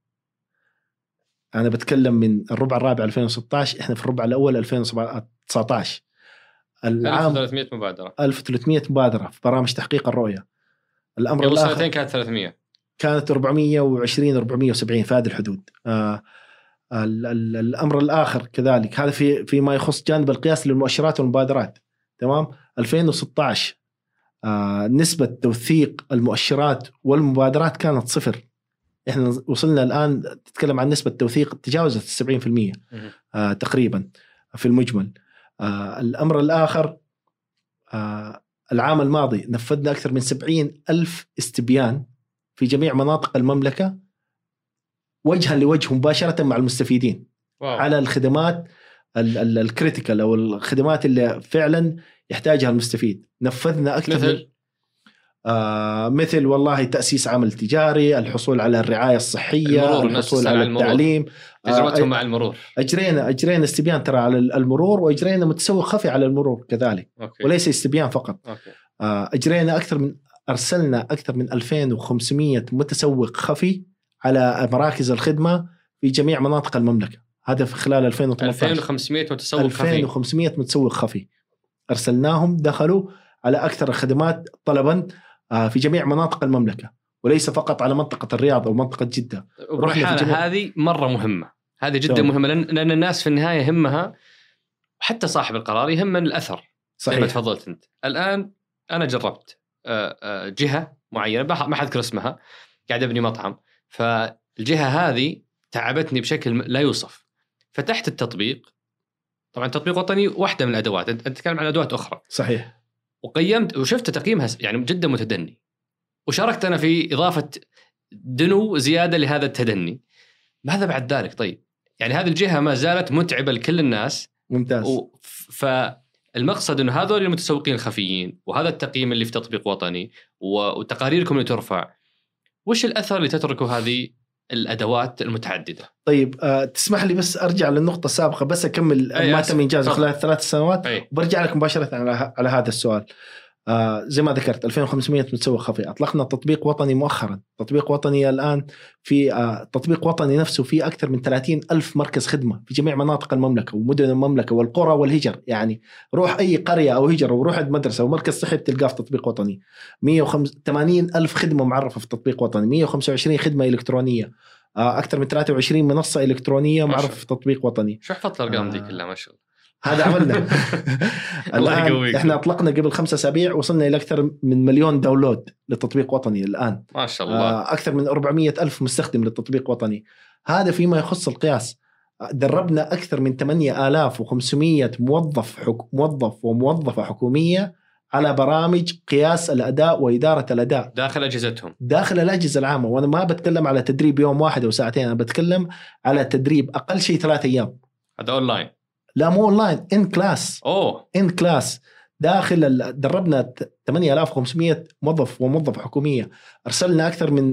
أنا بتكلم من الربع الرابع 2016، إحنا في الربع الأول 2019 العام 1300 مبادرة. 1300 مبادرة في برامج تحقيق الرؤية. الأمر قبل الآخر سنتين كانت 300، كانت 420 470 في هذه الحدود. الأمر الآخر كذلك، هذا فيما يخص جانب القياس للمؤشرات والمبادرات. تمام. 2016 نسبة توثيق المؤشرات والمبادرات كانت 0. إحنا وصلنا الآن تتكلم عن نسبة توثيق تجاوزت 70% تقريبا في المجمل. الأمر الآخر، العام الماضي نفذنا أكثر من 70,000 استبيان في جميع مناطق المملكة وجها لوجه مباشرة مع المستفيدين. واو. على الخدمات الكريتيكال أو الخدمات اللي فعلا يحتاجها المستفيد. نفذنا أكثر مثل والله تأسيس عمل تجاري، الحصول على الرعاية الصحية، الحصول على التعليم، تجربتهم مع المرور. أجرينا استبيان ترى على المرور، وأجرينا متسوق خفي على المرور كذلك. أوكي. وليس استبيان فقط. أوكي. أجرينا أرسلنا أكثر من 2500 متسوق خفي على مراكز الخدمة في جميع مناطق المملكة. هذا في خلال 2018. 2500 متسوق 2500 متسوق خفي أرسلناهم، دخلوا على أكثر الخدمات طلبا في جميع مناطق المملكة وليس فقط على منطقة الرياض أو منطقة جدة. هذه مرة مهمة، هذه جدا مهمة، لأن الناس في النهاية يهمها، حتى صاحب القرار يهم الأثر. صحيح. زي ما تفضلت أنت. الآن أنا جربت جهة معينة ما حذكر اسمها، قاعد أبني مطعم، فالجهة هذه تعبتني بشكل لا يوصف. فتحت التطبيق، طبعا تطبيق وطني واحدة من الأدوات، أنت تتكلم عن أدوات أخرى. صحيح. وقيمت وشفت تقييمها يعني جدا متدني، وشاركت أنا في إضافة دنو زيادة لهذا التدني. ماذا بعد ذلك؟ طيب يعني هذه الجهة ما زالت متعبة لكل الناس. ممتاز. فالمقصد أنه هذول المتسوقين الخفيين وهذا التقييم اللي في تطبيق وطني وتقاريركم اللي ترفع، وش الأثر اللي تتركه هذه الأدوات المتعددة؟ طيب تسمح لي بس أرجع للنقطة السابقة، بس أكمل ما تم إنجازه خلال 3 سنوات وبرجع لك مباشرة على هذا السؤال. زي ما ذكرت 2500 متسوق خفي. أطلقنا تطبيق وطني مؤخرا. تطبيق وطني الآن في تطبيق وطني نفسه في أكثر من 30,000 مركز خدمة في جميع مناطق المملكة ومدن المملكة والقرى والهجر. يعني روح أي قرية أو هجر وروح عند مدرسة ومركز صحي بتلقاه في تطبيق وطني. 180,000 خدمة معرفة في تطبيق وطني. 125 خدمة إلكترونية. أكثر من 23 منصة إلكترونية معرفة في تطبيق وطني. شو حفظت الأرقام دي كلها؟ ما شاء الله. هذا عملنا. الآن إحنا أطلقنا قبل 5 أسابيع وصلنا إلى أكثر من 1,000,000 داونلود للتطبيق وطني الآن. ما شاء الله. أكثر من 400,000 مستخدم للتطبيق وطني. هذا فيما يخص القياس. دربنا أكثر من 8,500 موظف وموظفة حكومية على برامج قياس الأداء وإدارة الأداء داخل أجهزتهم، داخل الأجهزة العامة. وأنا ما بتكلم على تدريب يوم واحد أو ساعتين، أنا بتكلم على تدريب أقل شيء 3 أيام. هذا أونلاين؟ لا مو أونلاين، إن كلاس. إن كلاس داخل. دربنا 8,500 موظف وموظفة حكومية. أرسلنا أكثر من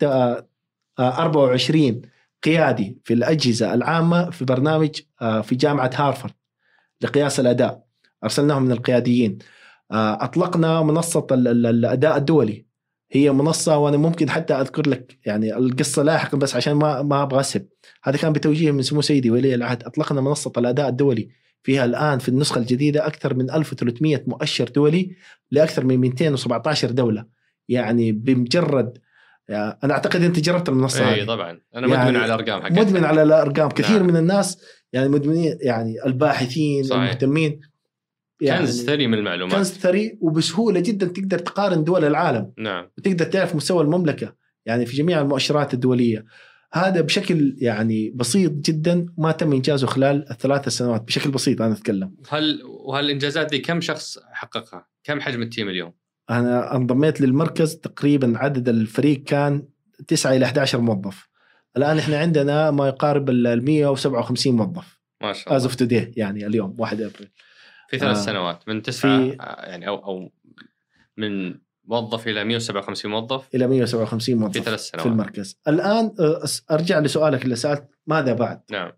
24 قيادي في الأجهزة العامة في برنامج في جامعة هارفارد لقياس الأداء. أرسلناهم من القياديين. أطلقنا منصة الأداء الدولي. هي منصة وأنا ممكن حتى أذكر لك يعني القصة لاحقا بس عشان ما أبغى أسب. هذا كان بتوجيه من سمو سيدي ولي العهد. أطلقنا منصة الأداء الدولي. فيها الآن في النسخة الجديدة أكثر من 1300 مؤشر دولي لأكثر من 217 دولة. يعني بمجرد أنا أعتقد أنت جربت المنصة هذه. طبعا أنا مدمن يعني على الأرقام حقتها. مدمن على الأرقام. كثير من الناس يعني مدمنين، يعني الباحثين صحيح. المهتمين. يعني كنز ثري من المعلومات. كنز ثري وبسهولة جدا تقدر تقارن دول العالم. نعم. وتقدر تعرف مستوى المملكة يعني في جميع المؤشرات الدولية. هذا بشكل يعني بسيط جدا ما تم إنجازه خلال 3 سنوات. بشكل بسيط أنا أتكلم. وهل الإنجازات دي كم شخص حققها؟ كم حجم التيم اليوم؟ أنا انضميت للمركز تقريبا عدد الفريق كان 9 إلى 11 موظف. الآن إحنا عندنا ما يقارب 157 موظف. ما شاء الله. As of today يعني اليوم 1 أبريل. في 3 سنوات من 9 يعني أو من موظف إلى 157 موظف إلى 157 موظف في 3 سنوات في المركز. الآن أرجع لسؤالك اللي سألت ماذا بعد. نعم.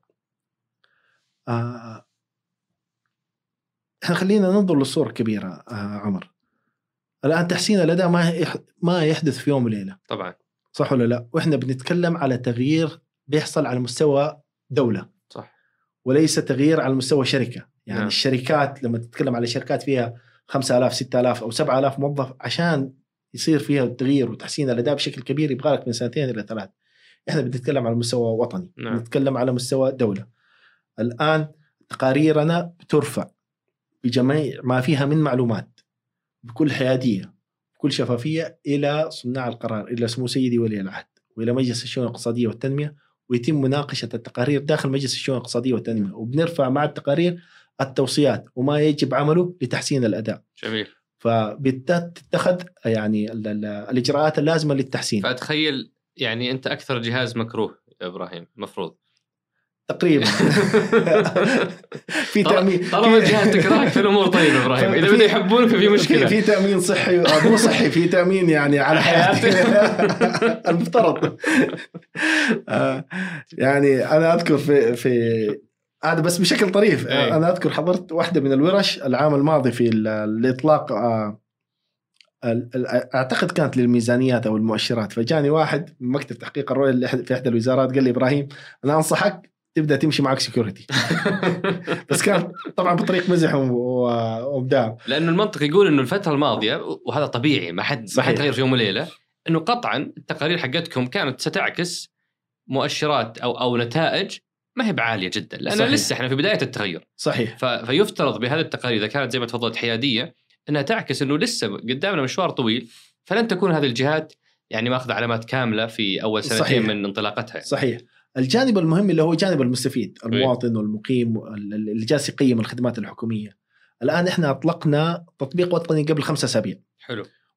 إحنا خلينا ننظر للصورة الكبيرة عمر. الآن تحسين الأداء ما يحدث في يوم وليلة طبعا، صح ولا لا؟ وإحنا بنتكلم على تغيير بيحصل على مستوى دولة، صح، وليس تغيير على مستوى شركة. يعني نعم. الشركات لما تتكلم على شركات فيها 5,000 6,000 أو 7,000 موظف عشان يصير فيها التغيير وتحسين الأداء بشكل كبير يبغى لك من 2 إلى 3. إحنا بنتكلم على مستوى وطني، نعم. بنتكلم على مستوى دولة. الآن تقاريرنا بترفع بجميع ما فيها من معلومات بكل حيادية بكل شفافية إلى صناع القرار، إلى سمو سيدي ولي العهد وإلى مجلس الشؤون الاقتصادية والتنمية، ويتم مناقشة التقارير داخل مجلس الشؤون الاقتصادية والتنمية، وبنرفع مع التقارير التوصيات وما يجب عمله لتحسين الأداء. جميل. فبتتخذ يعني الإجراءات اللازمة للتحسين. فأتخيل يعني أنت أكثر جهاز مكروه يا إبراهيم مفروض تقريبا. في تأمين طالما الجهات تكرهك في الأمور. طيب إبراهيم إذا بدأ يحبونك في مشكلة. في تأمين صحي مو صحي، في تأمين يعني على حياتي المفترض. يعني أنا أذكر في هذا بس بشكل طريف. أنا أذكر حضرت واحدة من الورش العام الماضي في الإطلاق، أعتقد كانت للميزانيات أو المؤشرات، فجاني واحد من مكتب تحقيق الرؤية في إحدى الوزارات قال لي إبراهيم أنا أنصحك تبدأ تمشي معك سيكوريتي. بس كان طبعا بطريق مزح ومداع، لأنه المنطق يقول إنه الفترة الماضية وهذا طبيعي ما حد غير في يوم وليلة، إنه قطعا التقارير حقتكم كانت ستعكس مؤشرات أو نتائج ما هي بعالية جدا، لأن لسه إحنا في بداية التغير. صحيح. فيفترض بهذه التقارير إذا كانت زي ما تفضلت حيادية أنها تعكس أنه لسه قدامنا مشوار طويل، فلن تكون هذه الجهات يعني ماخذ علامات كاملة في أول سنتين صحيح. من انطلاقتها. صحيح. الجانب المهم اللي هو جانب المستفيد، المواطن والمقيم اللي جالس يقيم الخدمات الحكومية. الآن إحنا أطلقنا تطبيق وطني قبل 5 أسابيع. حلو.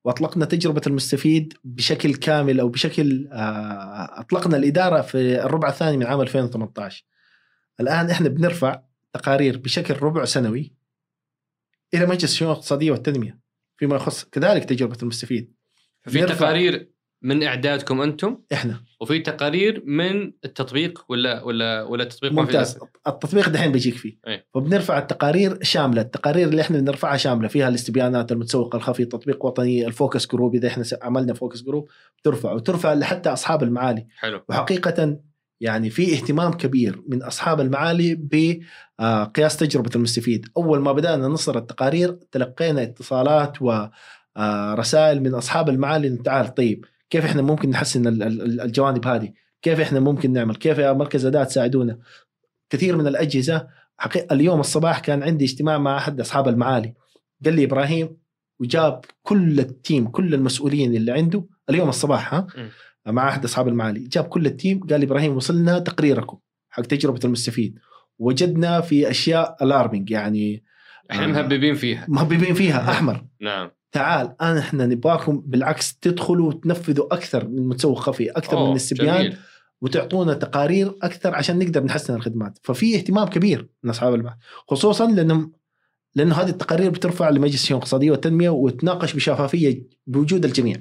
وأطلقنا تجربة المستفيد بشكل كامل أو بشكل أطلقنا الإدارة في الربع الثاني من عام 2018. الآن إحنا بنرفع تقارير بشكل ربع سنوي إلى مجلس الشؤون الاقتصادية والتنمية فيما يخص كذلك تجربة المستفيد. في تقارير من إعدادكم أنتم إحنا، وفي تقارير من التطبيق ولا التطبيق ممتاز. التطبيق دحين بيجيك فيه. فبنرفع التقارير شاملة، التقارير اللي إحنا بنرفعها شاملة فيها الاستبيانات، المتسوق الخفي، تطبيق وطني، الفوكس جروب إذا إحنا عملنا فوكس جروب وترفع لحتى أصحاب المعالي. حلو. وحقيقة يعني في اهتمام كبير من أصحاب المعالي بقياس تجربة المستفيد. أول ما بدأنا نصدر التقارير تلقينا اتصالات ورسائل من أصحاب المعالي إن تعال طيب كيف إحنا ممكن نحسن الجوانب هذه، كيف إحنا ممكن نعمل، كيف يا مركز أداة تساعدونا. كثير من الأجهزة اليوم الصباح كان عندي اجتماع مع أحد أصحاب المعالي، قال لي إبراهيم، وجاب كل التيم كل المسؤولين اللي عنده اليوم الصباح مع أحد أصحاب المعالي، جاب كل التيم قال لي إبراهيم وصلنا تقريركم حق تجربة المستفيد، وجدنا في أشياء الارمينج يعني احنا مهببين فيها أحمر. نعم. تعال احنا نبغاكم بالعكس تدخلوا وتنفذوا أكثر من متسوق خفي، أكثر من الاستبيان، وتعطونا تقارير أكثر عشان نقدر نحسن الخدمات. ففي اهتمام كبير من أصحاب المعالي، خصوصا لأنه هذه التقارير بترفع لمجلس الشؤون الاقتصادية والتنمية وتناقش بشفافية بوجود الجميع.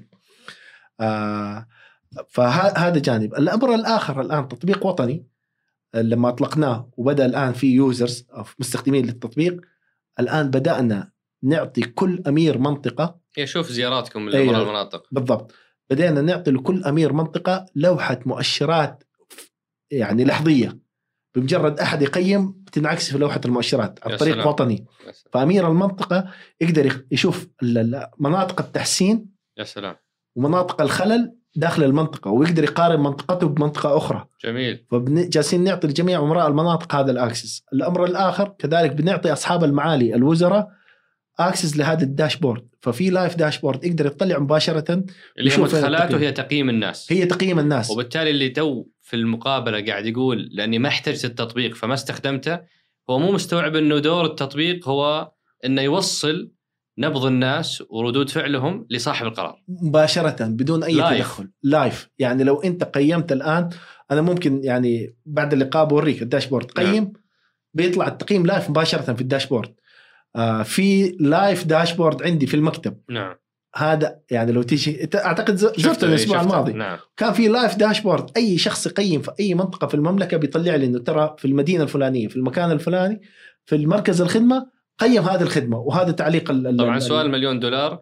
فهذا جانب. الأمر الآخر الآن تطبيق وطني لما أطلقناه وبدأ الآن في يوزرز أو مستخدمين للتطبيق، الآن بدأنا نعطي كل أمير منطقة، يشوف زياراتكم لبرا المناطق بالضبط، بدأنا نعطي لكل أمير منطقة لوحة مؤشرات يعني لحظية، بمجرد أحد يقيم بتنعكس في لوحة المؤشرات عن طريق وطني. فأمير المنطقة يقدر يشوف مناطق التحسين يا سلام ومناطق الخلل داخل المنطقة، ويقدر يقارن منطقته بمنطقة أخرى. جميل. فجالسين نعطي لجميع أمراء المناطق هذا الأكسس. الأمر الآخر كذلك بنعطي أصحاب المعالي الوزراء أكسس لهذا الداشبورد، ففي لايف داشبورد يقدر يطلع مباشرة اللي هي مدخلاته، هي تقييم الناس، هي تقييم الناس. وبالتالي اللي تو في المقابلة قاعد يقول لأني ما احتجت التطبيق فما استخدمته، هو مو مستوعب أنه دور التطبيق هو أنه يوصل نبض الناس وردود فعلهم لصاحب القرار مباشرة بدون أي تدخل. لايف يعني لو أنت قيمت الآن، أنا ممكن يعني بعد اللقاء بوريك الداشبورد قيم، بيطلع التقييم لايف مباشرة في الداشبورد. في لايف داشبورد عندي في المكتب. نعم. هذا يعني لو تيجي أعتقد زرت الأسبوع الماضي. نعم. كان في لايف داشبورد، أي شخص يقيم في أي منطقة في المملكة بيطلع لي إنه ترى في المدينة الفلانية في المكان الفلاني في المركز الخدمة قيم هذه الخدمة، وهذا تعليق طبعا سؤال $1,000,000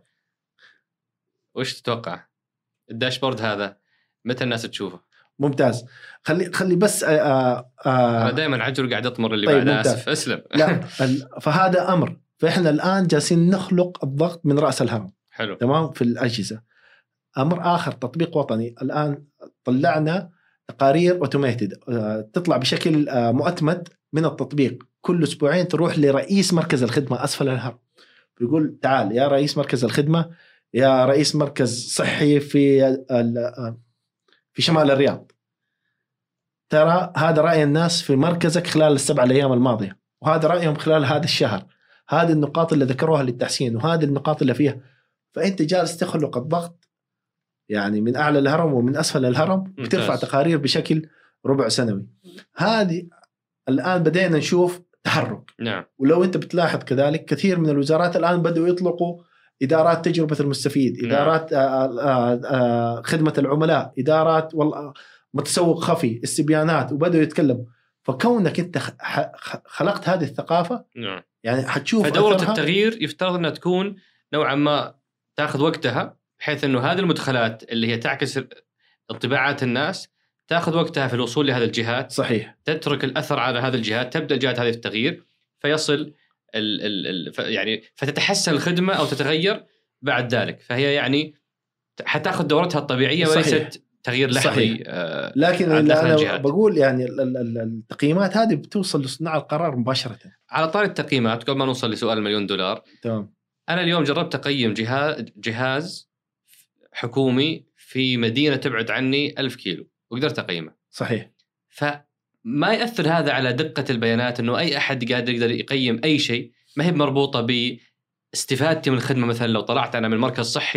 وش تتوقع الداشبورد هذا متى الناس تشوفه؟ ممتاز. خلي بس أنا دائما عجر قاعد أطمر اللي طيب بعد آسف أسلم. لا فهذا أمر، فإحنا الآن جالسين نخلق الضغط من رأس الهرم. حلو. تمام. في الأجهزة أمر آخر تطبيق وطني، الآن طلعنا تقارير أوتوماتيد تطلع بشكل مؤتمت من التطبيق، كل أسبوعين تروح لرئيس مركز الخدمة أسفل الهرم، بيقول تعال يا رئيس مركز الخدمة، يا رئيس مركز صحي في شمال الرياض، ترى هذا رأي الناس في مركزك خلال ال7 أيام الماضية، وهذا رأيهم خلال هذا الشهر، هذه النقاط اللي ذكروها للتحسين، وهذه النقاط اللي فيها. فأنت جالس تخلق الضغط يعني من أعلى الهرم ومن أسفل الهرم، بترفع تقارير بشكل ربع سنوي. هذه الآن بدأنا نشوف تحرك. نعم. ولو أنت بتلاحظ كذلك كثير من الوزارات الآن بدأوا يطلقوا إدارات تجربة المستفيد، إدارات خدمة العملاء، إدارات متسوق خفي، استبيانات، وبدأوا يتكلموا. فكونك أنت خلقت هذه الثقافة، نعم، يعني حتشوف فدورة التغيير يفترض أنها تكون نوعا ما تأخذ وقتها، بحيث أنه هذه المدخلات اللي هي تعكس انطباعات الناس تأخذ وقتها في الوصول لهذه الجهات. صحيح. تترك الأثر على هذه الجهات، تبدأ الجهات هذه التغيير، فيصل يعني فتتحسن الخدمة أو تتغير بعد ذلك. فهي يعني حتأخذ دورتها الطبيعية. صحيح. وليست تغيير لحظي. لكن أنا بقول يعني التقييمات هذه بتوصل لصناع القرار مباشرة. على طار التقييمات، قبل ما نوصل لسؤال $1,000,000، تمام، أنا اليوم جربت أقيم جهاز حكومي في مدينة تبعد عني 1000 كيلو وقدرت أقيمه. صحيح. فما يأثر هذا على دقة البيانات، أنه أي أحد قادر يقدر يقيم أي شيء، ما هي مربوطة باستفادتي من الخدمة. مثلا لو طلعت أنا من مركز صحي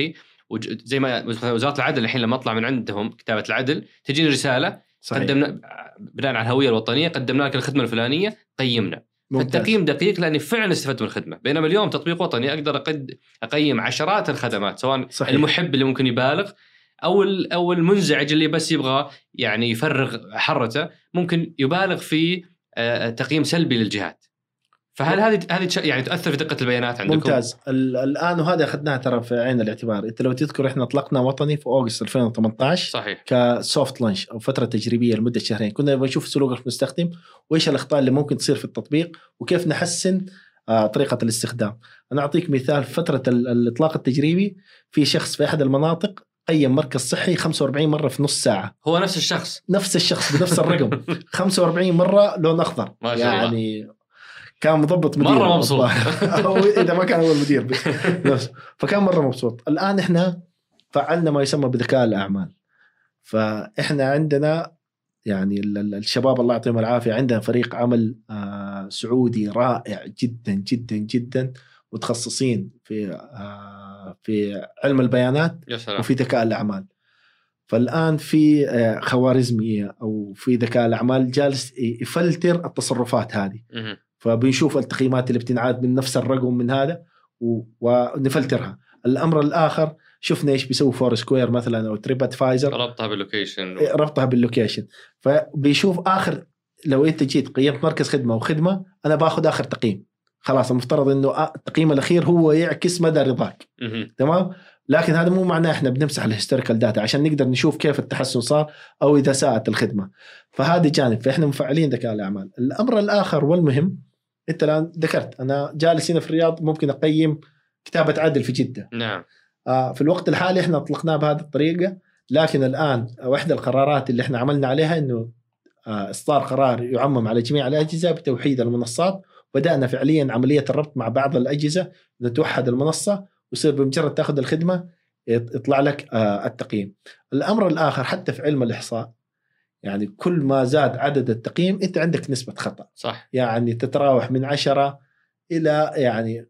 زي ما وزاره العدل الحين لما اطلع من عندهم كتابه العدل تجيني رساله صحيح. قدمنا بناء على الهويه الوطنيه، قدمنا لك الخدمه الفلانيه، قيمنا. فالتقييم دقيق لاني فعلا استفدت من الخدمه. بينما اليوم تطبيق وطني اقدر اقيم عشرات الخدمات، سواء صحيح. المحب اللي ممكن يبالغ او المنزعج اللي بس يبغى يعني يفرغ حرته ممكن يبالغ في تقييم سلبي للجهات. فهل هذه يعني تؤثر في دقه البيانات عندكم؟ ممتاز. الان وهذا اخذناها ترى في عين الاعتبار. انت لو تذكر احنا اطلقنا وطني في اوغست 2018 صحيح كسوفت لانش او فتره تجريبيه لمده شهرين. كنا بنشوف سلوك المستخدم وايش الاخطاء اللي ممكن تصير في التطبيق وكيف نحسن طريقه الاستخدام. انا اعطيك مثال. في فتره الاطلاق التجريبي في شخص في احد المناطق قيم مركز صحي 45 مره في نص ساعه. هو نفس الشخص بنفس الرقم 45 مره لون اخضر. يعني كان مضبط مدير مرة مبسوط أو إذا ما كان هو المدير فكان مرة مبسوط. الآن إحنا فعلنا ما يسمى بذكاء الأعمال. فإحنا عندنا يعني الشباب الله يعطيهم العافية، عندنا فريق عمل سعودي رائع جدا جدا جدا، متخصصين في علم البيانات وفي ذكاء الأعمال. فالآن في خوارزمية أو في ذكاء الأعمال جالس يفلتر التصرفات هذه. فبنشوف التقييمات اللي بتنعاد من نفس الرقم من هذا ونفلترها. الأمر الآخر شفنا إيش بيسوي فور سكوير مثلا أو تريب أدفايزر، ربطها باللوكيشن. فبيشوف آخر، لو أنت جيت قيمت مركز خدمة وخدمة، أنا باخذ آخر تقييم. خلاص المفترض إنه التقييم الأخير هو يعكس مدى رضاك. تمام. لكن هذا مو معناه إحنا بنمسح الهيستوريكال داتا عشان نقدر نشوف كيف التحسن صار أو إذا ساءت الخدمة. فهذا جانب، فإحنا مفعلين ذكاء الأعمال. الأمر الآخر والمهم، أنت الآن ذكرت أنا جالس هنا في الرياض ممكن أقيم كتابة عدل في جدة. نعم. في الوقت الحالي إحنا أطلقناه بهذه الطريقة، لكن الآن واحدة القرارات اللي إحنا عملنا عليها إنه إصدار قرار يعمم على جميع الأجهزة بتوحيد المنصات. بدأنا فعليا عملية الربط مع بعض الأجهزة نتوحد المنصة ويصير بمجرد تأخذ الخدمة يطلع لك التقييم. الأمر الآخر حتى في علم الإحصاء، يعني كل ما زاد عدد التقييم أنت عندك نسبة خطأ. صح. يعني تتراوح من 10 إلى يعني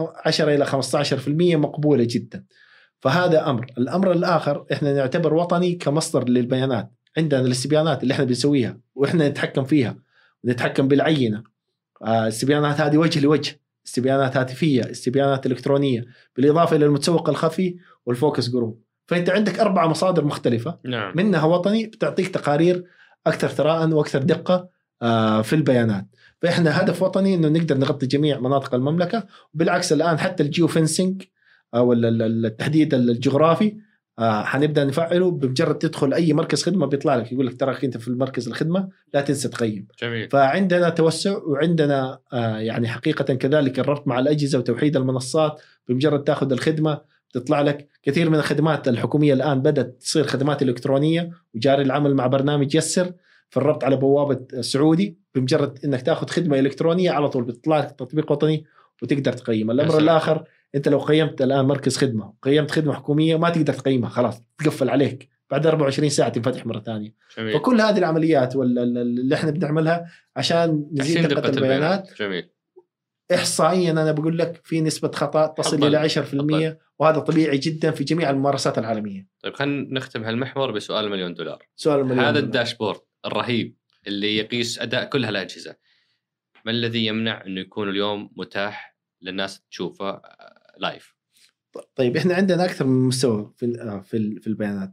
10 إلى 15% مقبولة جدا. فهذا أمر. الأمر الآخر إحنا نعتبر وطني كمصدر للبيانات. عندنا الاستبيانات اللي إحنا بنسويها وإحنا نتحكم فيها ونتحكم بالعينة. استبيانات هذه وجه لوجه، استبيانات هاتفية، استبيانات إلكترونية، بالإضافة إلى المتسوق الخفي والفوكس جروب. فأنت عندك 4 مصادر مختلفة. نعم. منها وطني بتعطيك تقارير أكثر ثراء وأكثر دقة في البيانات. فإحنا هدف وطني إنه نقدر نغطي جميع مناطق المملكة. وبالعكس الآن حتى الجيو فينسينج أو التحديد الجغرافي حنبدأ نفعله. بمجرد تدخل أي مركز خدمة بيطلع لك يقول لك تراك أنت في المركز الخدمة لا تنسى تقيم. جميل. فعندنا توسع وعندنا يعني حقيقة كذلك الربط مع الأجهزة وتوحيد المنصات. بمجرد تأخذ الخدمة تطلع لك كثير من الخدمات الحكومية الآن بدأت تصير خدمات إلكترونية، وجاري العمل مع برنامج يسر في الربط على بوابة السعودي. بمجرد إنك تأخذ خدمة إلكترونية على طول بتطلع لك تطبيق وطني وتقدر تقيم. الأمر الآخر أنت لو قيمت الآن مركز خدمة وقيمت خدمة حكومية ما تقدر تقيمها، خلاص تقفل عليك بعد 24 ساعة تنفتح مرة ثانية. فكل هذه العمليات اللي احنا بنعملها عشان نزيد دقة البيانات. جميل. إحصائيا أنا بقول لك في نسبة خطأ تصل إلى 10%. وهذا طبيعي جدا في جميع الممارسات العالمية. طيب خلينا نختم هالمحور بسؤال $1,000,000. سؤال $1,000,000. هذا الداشبورد الرهيب اللي يقيس أداء كل هالأجهزة، ما الذي يمنع أنه يكون اليوم متاح للناس تشوفه لايف؟ طيب إحنا عندنا أكثر من مستوى في البيانات.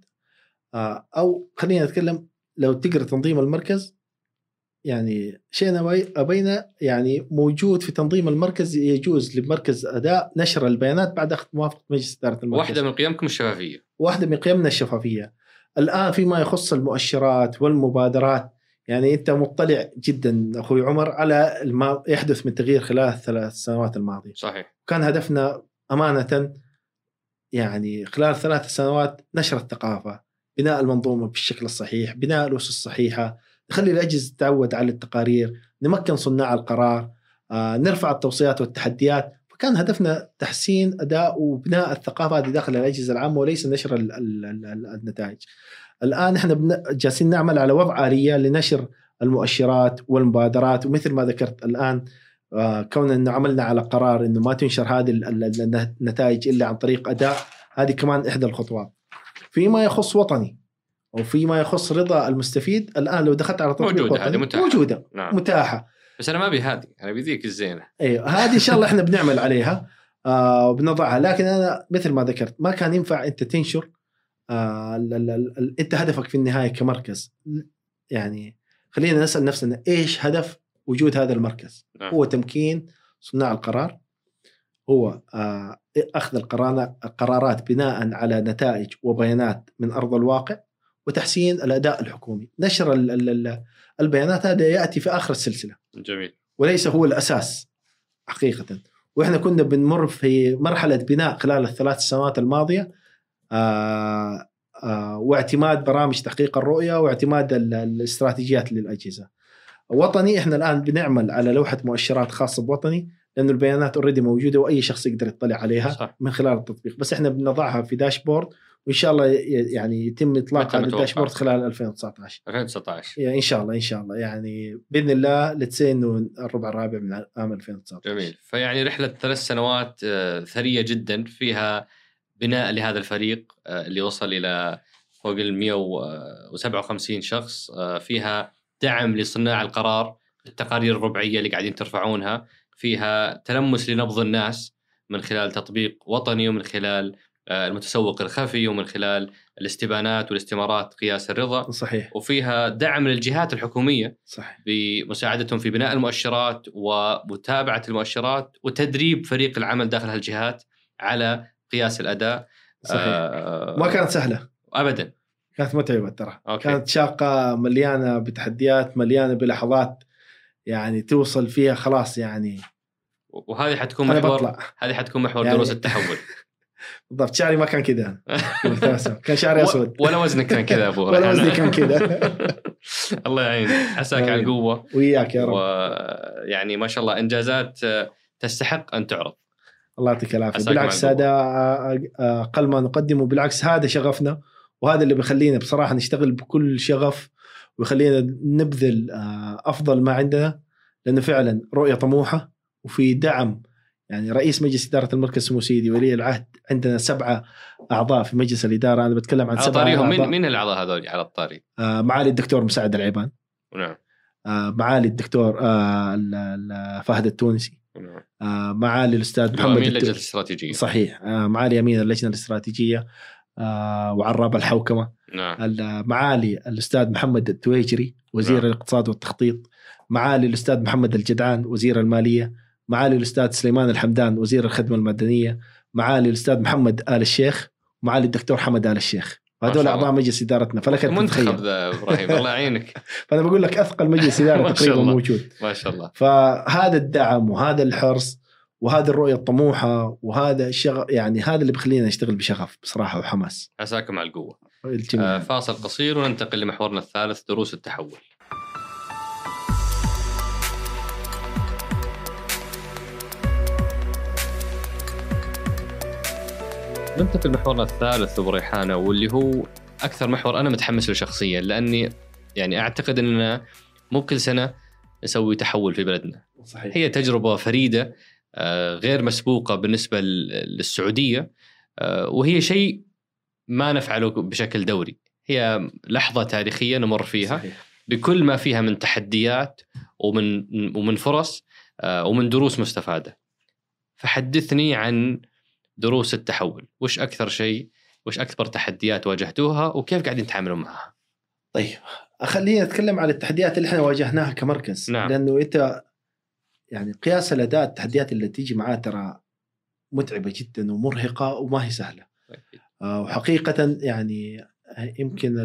أو خلينا نتكلم لو تقرأ تنظيم المركز، يعني شيء أبينا يعني موجود في تنظيم المركز. يجوز لمركز أداء نشر البيانات بعد أخذ موافقة مجلس إدارة المركز. واحدة من قيمكم الشفافية. واحدة من قيمنا الشفافية. الآن فيما يخص المؤشرات والمبادرات، يعني أنت مطلع جدا أخوي عمر على ما يحدث من تغيير خلال 3 سنوات الماضية. صحيح. كان هدفنا أمانة يعني خلال 3 سنوات نشر الثقافة، بناء المنظومة بالشكل الصحيح، بناء الأسس الصحيحة، نخلي الأجهزة تتعود على التقارير، نمكن صناع القرار، نرفع التوصيات والتحديات. فكان هدفنا تحسين أداء وبناء الثقافة هذه داخل الأجهزة العامة وليس نشر النتائج. الآن احنا جالسين نعمل على وضع آلية لنشر المؤشرات والمبادرات. ومثل ما ذكرت الآن كون أنه عملنا على قرار أنه ما تنشر هذه النتائج إلا عن طريق أداء، هذه كمان إحدى الخطوات. فيما يخص وطني وفيما يخص رضا المستفيد، الآن لو دخلت على تطبيق وطني موجودة نعم. متاحة. بس أنا ما أبي هذه، أنا بذيك الزينة. أيوة هذه إن شاء الله إحنا بنعمل عليها وبنضعها. لكن أنا مثل ما ذكرت ما كان ينفع أنت تنشر أنت هدفك في النهاية كمركز. يعني خلينا نسأل نفسنا إيش هدف وجود هذا المركز؟ هو تمكين صناع القرار، هو أخذ القرارات بناء على نتائج وبيانات من أرض الواقع، وتحسين الأداء الحكومي. نشر البيانات هذا يأتي في آخر السلسلة. جميل. وليس هو الأساس حقيقة. وإحنا كنا بنمر في مرحلة بناء خلال ال3 سنوات الماضية واعتماد برامج تحقيق الرؤية واعتماد الاستراتيجيات للأجهزة. وطني إحنا الآن بنعمل على لوحة مؤشرات خاصة بوطني، لأن البيانات أوريدي موجودة وأي شخص يقدر يطلع عليها صح. من خلال التطبيق. بس إحنا بنضعها في داشبورد، وإن شاء الله يعني يتم إطلاق هذا الداشبورد خلال 2019 يعني إن شاء الله يعني بإذن الله لتسي إنه الربع الرابع من عام 2019. جميل. فيعني رحلة 3 سنوات ثرية جدا، فيها بناء لهذا الفريق اللي وصل إلى فوق 157 شخص، فيها دعم لصناع القرار، التقارير الربعية اللي قاعدين ترفعونها، فيها تلمس لنبض الناس من خلال تطبيق وطني، ومن خلال المتسوق الخفي، ومن خلال الاستبانات والاستمارات قياس الرضا. صحيح. وفيها دعم للجهات الحكومية صحيح. بمساعدتهم في بناء المؤشرات ومتابعة المؤشرات وتدريب فريق العمل داخل هالجهات على قياس الأداء. صحيح. ما كانت سهلة أبدا، كانت متعبة ترى. كانت شاقة، مليانة بتحديات، مليانة بلحظات يعني توصل فيها خلاص يعني. وهذه حتكون محور، هذه حتكون محور يعني دروس التحول. بالضبط. شعري ما كان كذا كان شعري أسود ولا وزنك كان كذا أبو ولا وزني كان كذا. الله يعين، عساك على القوة وياك يا رب. ويعني ما شاء الله إنجازات تستحق أن تعرض. الله يعطيك العافية. بالعكس هذا أقل ما نقدمه، بالعكس هذا شغفنا، وهذا اللي بيخلينا بصراحة نشتغل بكل شغف ويخلينا نبذل أفضل ما عندنا، لأنه فعلا رؤية طموحة وفي دعم. يعني رئيس مجلس إدارة المركز سمو سيدي ولي العهد، عندنا 7 أعضاء في مجلس الإدارة. أنا بتكلم عن 7 أعضاء. مين الأعضاء هذول على الطاري؟ معالي الدكتور مساعد العيبان، نعم. معالي الدكتور فهد التونسي، معالي الأستاذ محمد أمين اللجنة الاستراتيجية. صحيح. معالي أمين اللجنة الاستراتيجية وعراب الحوكمة. نعم. معالي الأستاذ محمد التويجري وزير نعم. الاقتصاد والتخطيط، معالي الأستاذ محمد الجدعان وزير المالية، معالي الأستاذ سليمان الحمدان وزير الخدمة المدنية، معالي الأستاذ محمد آل الشيخ، ومعالي الدكتور حمد آل الشيخ. هذول أعضاء مجلس إدارتنا. فلك تتخيل إبراهيم الله يعينك. فأنا بقول لك أثقل مجلس إدارة تقريبا موجود. ما شاء الله. فهذا الدعم وهذا الحرص وهذا الرؤية الطموحة وهذا الشغف، يعني هذا اللي بخلينا نشتغل بشغف بصراحة وحماس. عساكم على القوة. فاصل قصير وننتقل لمحورنا الثالث، دروس التحول. ننتقل لمحورنا الثالث أبو ريحانة، واللي هو أكثر محور أنا متحمس له شخصيا، لأني يعني أعتقد أننا مو كل سنة نسوي تحول في بلدنا. صحيح. هي تجربة فريدة غير مسبوقة بالنسبة للسعودية، وهي شيء ما نفعله بشكل دوري. هي لحظة تاريخية نمر فيها. صحيح. بكل ما فيها من تحديات ومن فرص ومن دروس مستفادة. فحدثني عن دروس التحول، وش أكبر تحديات واجهتوها وكيف قاعدين تتعاملوا معها؟ طيب خلينا نتكلم عن التحديات اللي احنا واجهناها كمركز. نعم. لأنه أنت يعني قياس الأداء، التحديات اللي تيجي معاه ترى متعبة جدا ومرهقة وما هي سهلة. وحقيقة يعني يمكن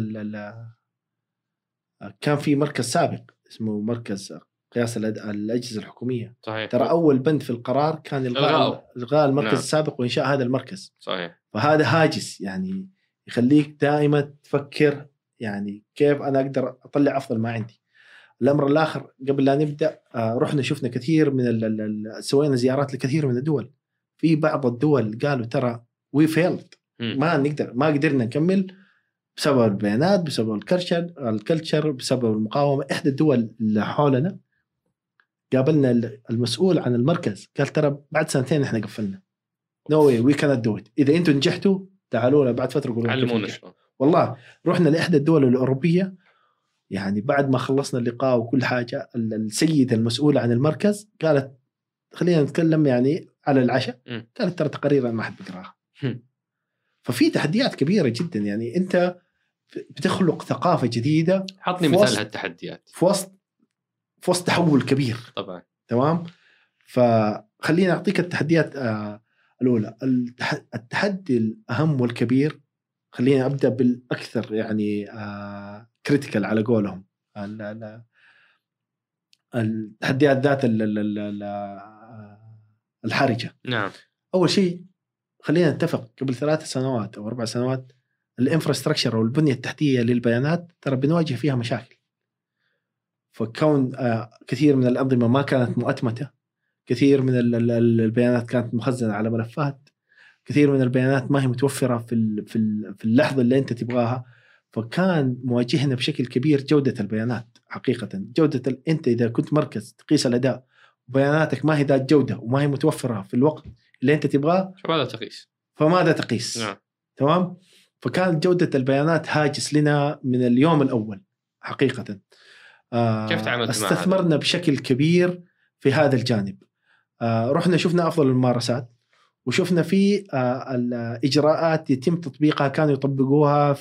كان في مركز سابق اسمه مركز قياس الأجهزة الحكومية. صحيح. ترى أول بند في القرار كان إلغاء المركز. نعم. السابق وإنشاء هذا المركز. صحيح. فهذا هاجس يعني يخليك دائما تفكر يعني كيف أنا أقدر أطلع أفضل ما عندي. الأمر الآخر قبل لا نبدأ رحنا شفنا كثير من سوينا زيارات لكثير من الدول. في بعض الدول قالوا ترى we failed، ما قدرنا نكمل بسبب البيانات، بسبب الكلتشر، بسبب المقاومة. إحدى الدول اللي حولنا قابلنا المسؤول عن المركز قال ترى بعد 2 سنين إحنا قفلنا. no way we cannot do it. إذا أنتوا نجحتوا تعالوا بعد فتره قولوا علمونا. والله رحنا لاحدى الدول الاوروبيه، يعني بعد ما خلصنا اللقاء وكل حاجه، السيده المسؤوله عن المركز قالت خلينا نتكلم يعني على العشاء، قالت ترى تقارير ما حد بيقراها. ففي تحديات كبيره جدا، يعني انت بتخلق ثقافه جديده. حطني مثال هالتحديات في وسط تحول كبير طبعا. تمام. فخلينا اعطيك التحديات. الاولى التحدي الاهم والكبير، خلينا ابدا بالاكثر يعني كريتيكال على قولهم، التحديات ذات الحرجه. نعم. اول شيء خلينا نتفق، قبل 3 سنوات او 4 سنوات الانفراستراكشر او البنيه التحتيه للبيانات ترى بنواجه فيها مشاكل. فكون كثير من الانظمه ما كانت مؤتمته، كثير من البيانات كانت مخزنه على ملفات، كثير من البيانات ما هي متوفره في اللحظه اللي انت تبغاها. فكان مواجهنا بشكل كبير جوده البيانات. حقيقه جوده انت اذا كنت مركز تقيس الاداء وبياناتك ما هي ذات جوده وما هي متوفره في الوقت اللي انت تبغاه، فماذا تقيس؟ نعم. تمام. فكانت جوده البيانات هاجس لنا من اليوم الاول حقيقه. كيف تعاملت استثمرنا بشكل كبير في هذا الجانب. رحنا شفنا افضل الممارسات، وشفنا في الإجراءات يتم تطبيقها كانوا يطبقوها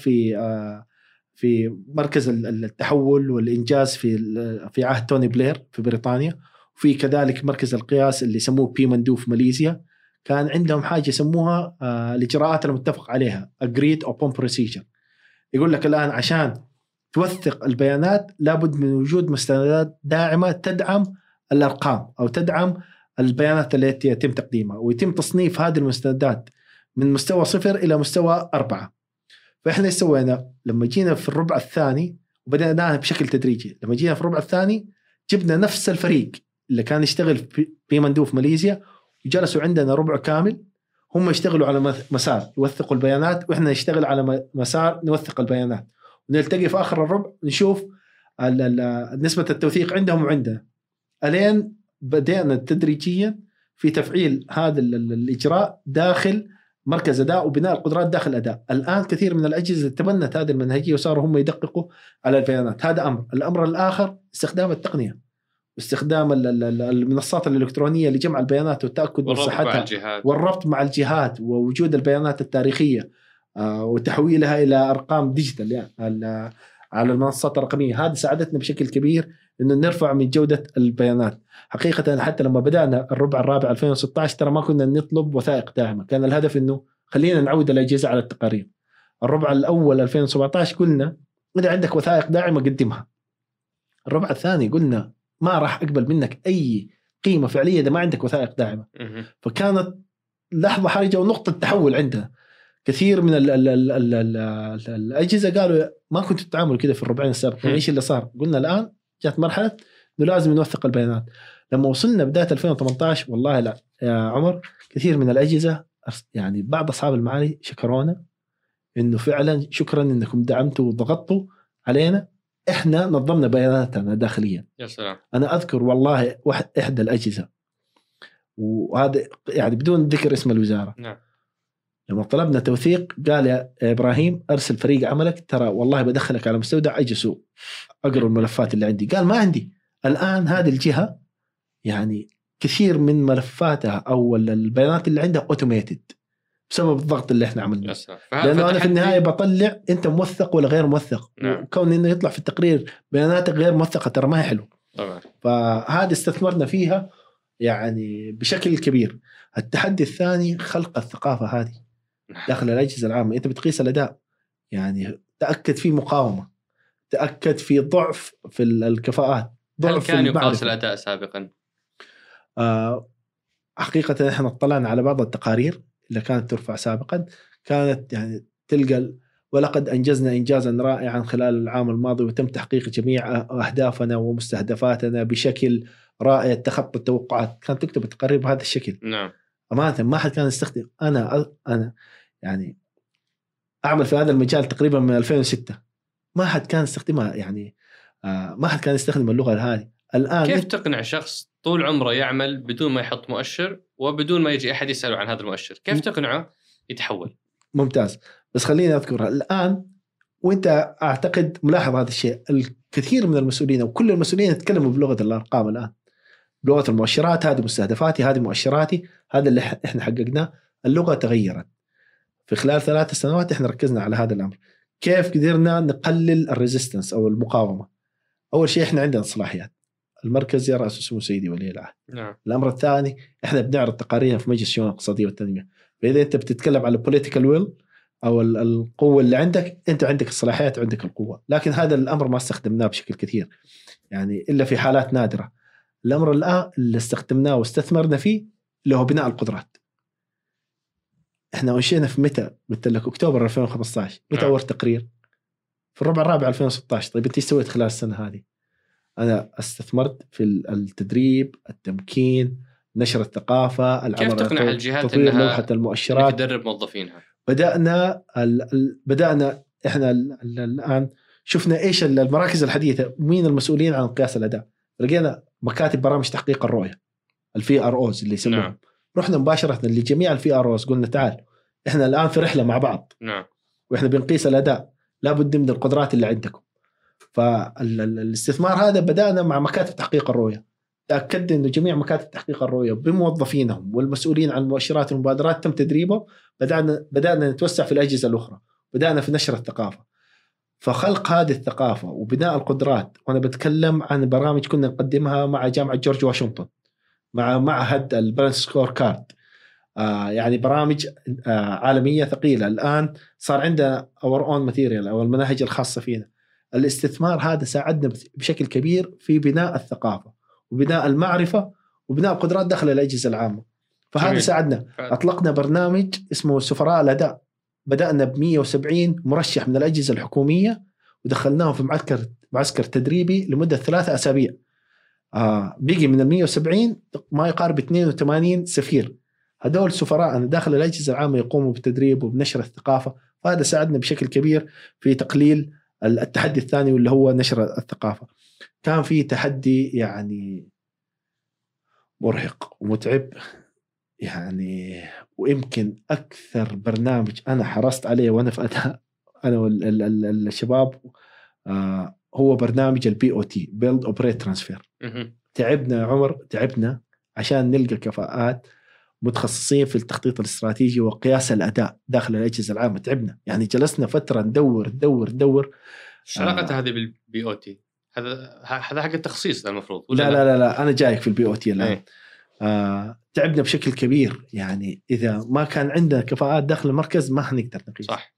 في مركز التحول والإنجاز في عهد توني بلير في بريطانيا، وفي كذلك مركز القياس اللي يسموه بيمندو في ماليزيا. كان عندهم حاجة يسموها الإجراءات المتفق عليها Agreed Upon Procedure. يقول لك الآن عشان توثق البيانات لابد من وجود مستندات داعمة تدعم الأرقام أو تدعم البيانات التي يتم تقديمها، ويتم تصنيف هذه المستندات من مستوى 0 إلى مستوى 4. فإحنا إيش سوينا؟ لما جينا في الربع الثاني وبدأناها بشكل تدريجي، لما جينا في الربع الثاني جبنا نفس الفريق اللي كان يشتغل في مندوب في ماليزيا، وجلسوا عندنا ربع كامل هم يشتغلوا على مسار يوثقوا البيانات، وإحنا نشتغل على مسار نوثق البيانات، ونلتقي في آخر الربع نشوف نسبة التوثيق عندهم وعندنا، ألين بدأنا تدريجيا في تفعيل هذا الإجراء داخل مركز أداء وبناء القدرات داخل أداء. الآن كثير من الأجهزة تبنت هذه المنهجية وصاروا هم يدققوا على البيانات. هذا أمر. الأمر الآخر استخدام التقنية واستخدام المنصات الإلكترونية لجمع البيانات والتأكد من صحتها والربط مع الجهات ووجود البيانات التاريخية وتحويلها إلى أرقام ديجيتال يعني على المنصات الرقمية. هذا ساعدتنا بشكل كبير إنه نرفع من جودة البيانات. حقيقة حتى لما بدأنا الربع الرابع 2016 ترى ما كنا نطلب وثائق داعمة، كان الهدف إنه خلينا نعود الأجهزة على التقارير. الربع الأول 2017 قلنا إذا عندك وثائق داعمة قدمها. الربع الثاني قلنا ما راح أقبل منك أي قيمة فعلية إذا ما عندك وثائق داعمة. فكانت لحظة حرجة ونقطة تحول عندنا. كثير من الأجهزة قالوا ما كنتوا تتعاملوا كده في الربعين السابقين، إيش اللي صار؟ قلنا الآن جات مرحلة إنه لازم نوثق البيانات. لما وصلنا بداية 2018 والله لا يا عمر، كثير من الأجهزة يعني بعض أصحاب المعالي شكرونا إنه فعلا شكرا إنكم دعمتوا وضغطوا علينا، إحنا نظمنا بياناتنا داخليا. يا سلام. أنا أذكر والله إحدى الأجهزة، وهذا يعني بدون ذكر اسم الوزارة، نعم، لما طلبنا توثيق قال يا إبراهيم أرسل فريق عملك، ترى والله بدخلك على مستودع أجسوا أقرأ الملفات اللي عندي. قال ما عندي. الآن هذه الجهة يعني كثير من ملفاتها أو البيانات اللي عندها أوتوميتد بسبب الضغط اللي إحنا عملناه. لأنه أنا في النهاية بطلع أنت موثق ولا غير موثق. نعم. وكون إنه يطلع في التقرير بياناتك غير موثقة ترى ما هي حلو طبعا. فهذا استثمرنا فيها يعني بشكل كبير. التحدي الثاني خلق الثقافة هذه داخل الأجهزة العامة. أنت بتقيس الأداء، يعني تأكد في مقاومة، تأكد في ضعف في الكفاءات، هل كان يقاس الأداء سابقا؟ حقيقة احنا اطلعنا على بعض التقارير اللي كانت ترفع سابقا، كانت يعني تلقى ولقد أنجزنا إنجازا رائعا خلال العام الماضي وتم تحقيق جميع أهدافنا ومستهدفاتنا بشكل رائع تخطى التوقعات. كانت تكتب التقارير بهذا الشكل. نعم. أمانة ما حد كان يستخدم. أنا يعني أعمل في هذا المجال تقريبا من 2006، ما حد كان يستخدمها. يعني ما حد كان يستخدم اللغة هذه. الآن كيف تقنع شخص طول عمره يعمل بدون ما يحط مؤشر وبدون ما يجي أحد يسأله عن هذا المؤشر؟ كيف تقنعه يتحول؟ ممتاز. بس خليني أذكرها الآن، وانت أعتقد ملاحظ هذا الشيء، الكثير من المسؤولين وكل المسؤولين يتكلموا بلغة الأرقام الآن، بلغة المؤشرات. هذه مستهدفاتي، هذه مؤشراتي، هذا اللي احنا حققناه. اللغة تغيرت في خلال 3 سنوات. احنا ركزنا على هذا الأمر، كيف قدرنا نقلل الريزيستنس أو المقاومة. أول شيء احنا عندنا صلاحيات، المركز يرأس سمو سيدي ولي العهد. نعم. الأمر الثاني احنا بنعرض تقارير في مجلس الشؤون الاقتصادية والتنمية. فإذا أنت بتتكلم على political will أو القوة اللي عندك، أنت عندك الصلاحيات وعندك القوة. لكن هذا الأمر ما استخدمناه بشكل كثير يعني إلا في حالات نادرة. الأمر الآن اللي استخدمناه واستثمرنا فيه اللي هو بناء القدرات. احنا انشئنا في متى؟ قلت لك أكتوبر 2015. متى أول تقرير؟ في الربع الرابع 2016. طيب أنت ايش سويت خلال السنة هذه؟ أنا استثمرت في التدريب، التمكين، نشر الثقافة، العمل، كيف تقنع الجهات تطوير لوحة المؤشرات، تدرب موظفينها. بدأنا احنا الآن شفنا ايش المراكز الحديثة، مين المسؤولين عن قياس الأداء. لقينا مكاتب برامج تحقيق الرؤية، الفي ار اوز اللي يسموهم. نعم. رحنا مباشرة لجميع الفي ار اوز، قلنا تعال احنا الآن في رحلة مع بعض. نعم. واحنا بنقيس الأداء، لابد من القدرات اللي عندكم. فالاستثمار هذا بدأنا مع مكاتب تحقيق الرؤية. تأكدنا أن جميع مكاتب تحقيق الرؤية بموظفينهم والمسؤولين عن المؤشرات والمبادرات تم تدريبه. بدأنا نتوسع في الأجهزة الأخرى، بدأنا في نشر الثقافة. فخلق هذه الثقافة وبناء القدرات، وأنا بتكلم عن برامج كنا نقدمها مع جامعة جورج واشنطن، مع معهد البالانس سكور كارد. يعني برامج عالمية ثقيلة. الآن صار عندنا our own material أو المناهج الخاصة فينا. الاستثمار هذا ساعدنا بشكل كبير في بناء الثقافة وبناء المعرفة وبناء القدرات داخل الأجهزة العامة. فهذا جميل. ساعدنا. أطلقنا برنامج اسمه سفراء الأداء. بدأنا ب170 مرشح من الأجهزة الحكومية ودخلناهم في معسكر تدريبي لمدة 3 أسابيع. بيجي من 170 ما يقارب 82 سفير. هدول سفراء داخل الأجهزة العامة يقوموا بالتدريب وبنشر الثقافة. فهذا ساعدنا بشكل كبير في تقليل التحدي الثاني واللي هو نشر الثقافة. كان في تحدي يعني مرهق ومتعب يعني، ويمكن أكثر برنامج أنا حرصت عليه وأنا في أداء أنا والشباب هو برنامج الBOT Build Operate Transfer. تعبنا عمر، تعبنا عشان نلقى كفاءات متخصصين في التخطيط الاستراتيجي وقياس الأداء داخل الأجهزة العامة. تعبنا يعني، جلسنا فترة ندور. ايش علاقتها هذه بالBOT؟ هذا حق التخصيص المفروض. لا أنا جايك في الBOT الآن. تعبنا بشكل كبير يعني، إذا ما كان عندنا كفاءات داخل المركز ما هنقدر نقيس. صح.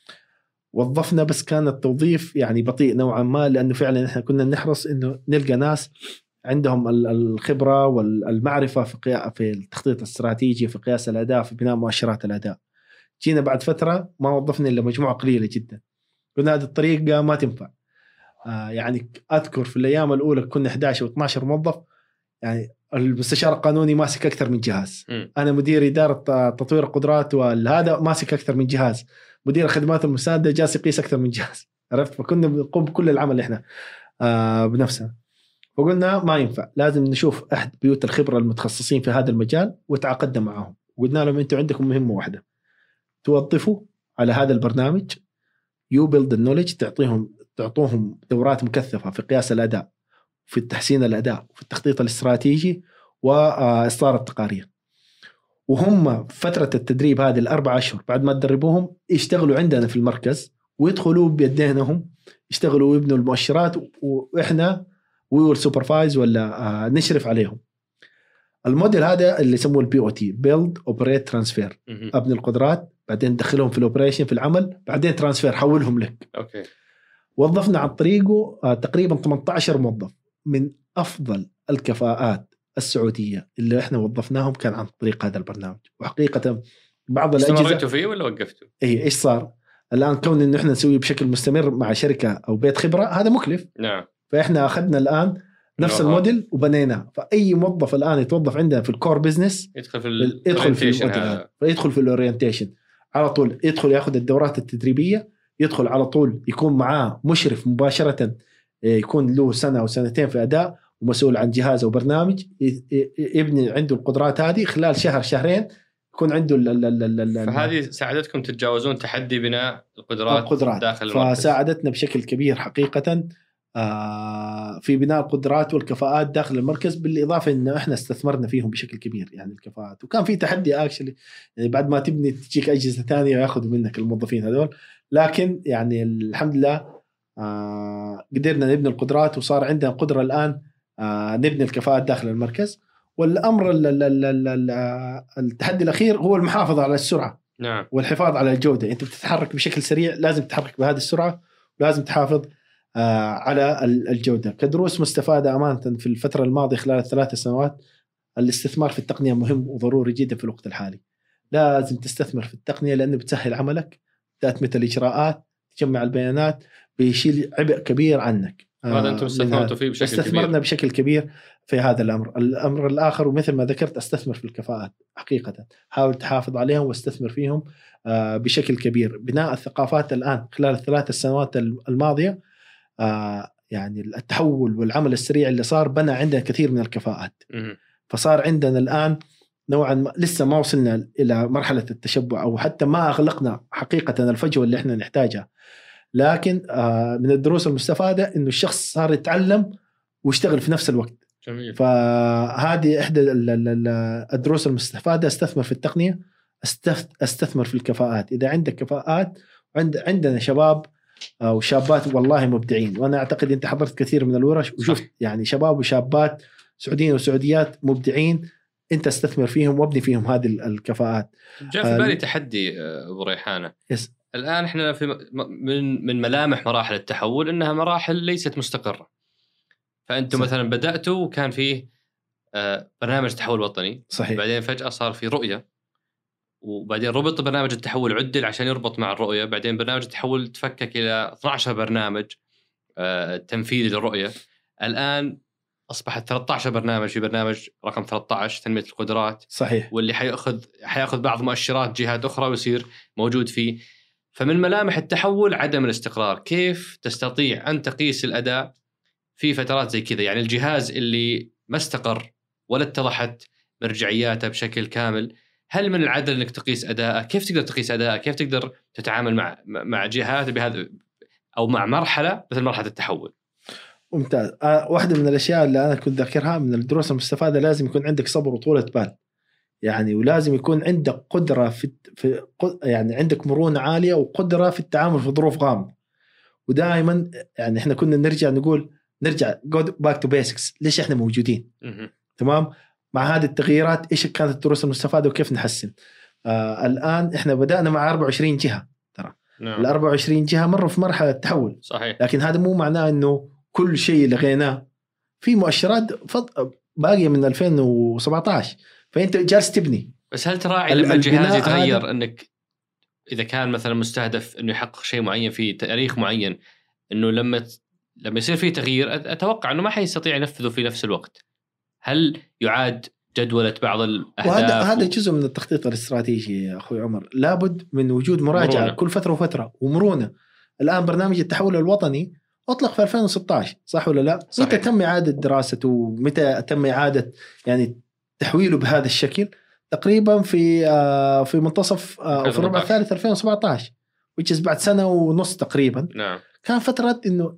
وظفنا بس كان التوظيف يعني بطيء نوعا ما، لأنه فعلا إحنا كنا نحرص إنه نلقى ناس عندهم الخبرة والمعرفة في التخطيط الاستراتيجي، في قياس الأداء، في بناء مؤشرات الأداء. جينا بعد فترة ما وظفنا إلا مجموعة قليلة جدا. قلنا هذه الطريقة ما تنفع. يعني أذكر في الأيام الأولى كنا 11 و 12 موظف. يعني المستشار القانوني ماسك أكثر من جهاز. أنا مدير إدارة تطوير القدرات والهذا ماسك أكثر من جهاز. مدير الخدمات المساعدة جالس يقيس أكثر من جهاز. عرفت؟ فكنا بنقوم بكل العمل اللي إحنا بنفسنا. فقلنا ما ينفع، لازم نشوف أحد بيوت الخبرة المتخصصين في هذا المجال وتعاقدنا معهم. وقلنا لهم أنتوا عندكم مهمة واحدة، توظفوا على هذا البرنامج You Build the Knowledge. تعطوهم دورات مكثفة في قياس الأداء، في التحسين الأداء، في التخطيط الاستراتيجي وإصدار التقارير. وهم فترة التدريب هذه 4 أشهر بعد ما تدربوهم يشتغلوا عندنا في المركز ويدخلوا بيدينهم يشتغلوا ويبنوا المؤشرات، وإحنا we will supervise ولا نشرف عليهم. الموديل هذا اللي يسموه الBOT Build Operate Transfer. أبني القدرات، بعدين دخلهم في الأوبريشن في العمل، بعدين ترانسفير حولهم لك. أوكي. وظفنا عن طريقه تقريبا 18 موظف من أفضل الكفاءات السعودية اللي إحنا وظفناهم كان عن طريق هذا البرنامج. وحقيقة بعض الأجهزة استمرتوا فيه ولا وقفتوا؟ إيش صار الآن؟ كون إنه إحنا نسوي بشكل مستمر مع شركة أو بيت خبرة هذا مكلف. نعم. فإحنا أخذنا الآن نفس الموديل وبنيناه. فأي موظف الآن يتوظف عندنا في الكور بيزنس يدخل في الموديل، فيدخل في الأورينتيشن على طول، يدخل يأخذ الدورات التدريبية، يدخل على طول يكون معاه مشرف مباشرة يكون له 1 أو 2 سنين في أداء ومسؤول عن جهاز أو برنامج، يبني عنده القدرات هذه. خلال 1 أو 2 شهر يكون عنده فهذه ساعدتكم تتجاوزون تحدي بناء القدرات داخل المركز. فساعدتنا بشكل كبير حقيقة في بناء القدرات والكفاءات داخل المركز، بالإضافة إنه إحنا استثمرنا فيهم بشكل كبير يعني الكفاءات. وكان في تحدي يعني بعد ما تبني تجيك أجهزة ثانية ويأخذوا منك الموظفين هذول، لكن يعني الحمد لله قدرنا نبني القدرات، وصار عندنا قدرة الآن نبني الكفاءات داخل المركز. والأمر التحدي الأخير هو المحافظة على السرعة. نعم. والحفاظ على الجودة. أنت بتتحرك بشكل سريع، لازم تتحرك بهذه السرعة، ولازم تحافظ على الجودة. كدروس مستفادة أمانة في الفترة الماضية خلال 3 سنوات، الاستثمار في التقنية مهم وضروري جدا في الوقت الحالي. لازم تستثمر في التقنية لأنه بتسهل عملك، تأتمت الإجراءات، تجمع البيانات، بيشيل عبء كبير عنك. هذا أنتم استثمرتوا فيه بشكل كبير. استثمرنا بشكل كبير في هذا الأمر. الأمر الآخر ومثل ما ذكرت، استثمر في الكفاءات حقيقة، حاول تحافظ عليهم واستثمر فيهم بشكل كبير. بناء الثقافات الآن خلال 3 سنوات الماضية، يعني التحول والعمل السريع اللي صار بنى عندنا كثير من الكفاءات. فصار عندنا الآن نوعا ما، لسه ما وصلنا إلى مرحلة التشبع أو حتى ما أغلقنا حقيقة الفجوة اللي إحنا نحتاجها، لكن من الدروس المستفادة إنه الشخص صار يتعلم ويشتغل في نفس الوقت. جميل. فهذه إحدى الدروس المستفادة. استثمر في التقنية، استثمر في الكفاءات. إذا عندك كفاءات، عندنا شباب وشابات والله مبدعين، وأنا أعتقد أنت حضرت كثير من الورش وشفت يعني شباب وشابات سعوديين وسعوديات مبدعين، أنت استثمر فيهم وابني فيهم هذه الكفاءات. جاء في بالي تحدي أبو ريحانة. الآن إحنا في من ملامح مراحل التحول إنها مراحل ليست مستقرة. فأنتم مثلا بدأتوا وكان فيه برنامج تحول وطني. صحيح. بعدين فجأة صار في رؤية، وبعدين ربط برنامج التحول عدل عشان يربط مع الرؤية. بعدين برنامج التحول تفكك إلى 12 برنامج تنفيذي للرؤية. الآن أصبحت 13 برنامج، في برنامج رقم 13 تنمية القدرات. صحيح. واللي حيأخذ بعض مؤشرات جهات أخرى ويصير موجود فيه. فمن ملامح التحول عدم الاستقرار. كيف تستطيع أن تقيس الأداء في فترات زي كذا؟ يعني الجهاز اللي ما استقر ولا اتضحت مرجعياته بشكل كامل، هل من العدل أنك تقيس أداءه؟ كيف تقدر تقيس أداءه؟ كيف تقدر تتعامل مع جهات بهذا أو مع مرحلة مثل مرحلة التحول؟ ممتاز. واحدة من الأشياء اللي أنا كنت ذكرها من الدروس المستفادة، لازم يكون عندك صبر وطولة بال يعني، ولازم يكون عندك قدرة يعني عندك مرونة عالية وقدرة في التعامل في ظروف غامضة. ودائما يعني إحنا كنا نرجع go back to basics. ليش إحنا موجودين؟ تمام. مع هذه التغييرات إيش كانت الدروس المستفادة وكيف نحسن؟ الآن إحنا بدأنا مع 24 جهة ترى. نعم. 24 جهة مروا في مرحلة تحول. صحيح. لكن هذا مو معناه إنه كل شيء لغيناه. في مؤشرات باقية من 2017، فأنت جالس تبني. بس هل تراعي لما الجهاز يتغير أنك إذا كان مثلا مستهدف أنه يحقق شيء معين في تاريخ معين، أنه لما يصير فيه تغيير أتوقع أنه ما حيستطيع ينفذه في نفس الوقت؟ هل يعاد جدولة بعض الأهداف؟ هذا جزء من التخطيط الاستراتيجي يا أخوي عمر. لابد من وجود مراجعة مرونة. كل فترة وفترة ومرونة. الآن برنامج التحول الوطني أطلق في 2016 صح ولا لا؟ صحيح. متى تم إعادة دراسته ومتى تم إعادة يعني تحويله بهذا الشكل؟ تقريبا في منتصف في الربع الثالث 2017 which is بعد 1.5 سنة تقريبا. نعم. كان فترة إنه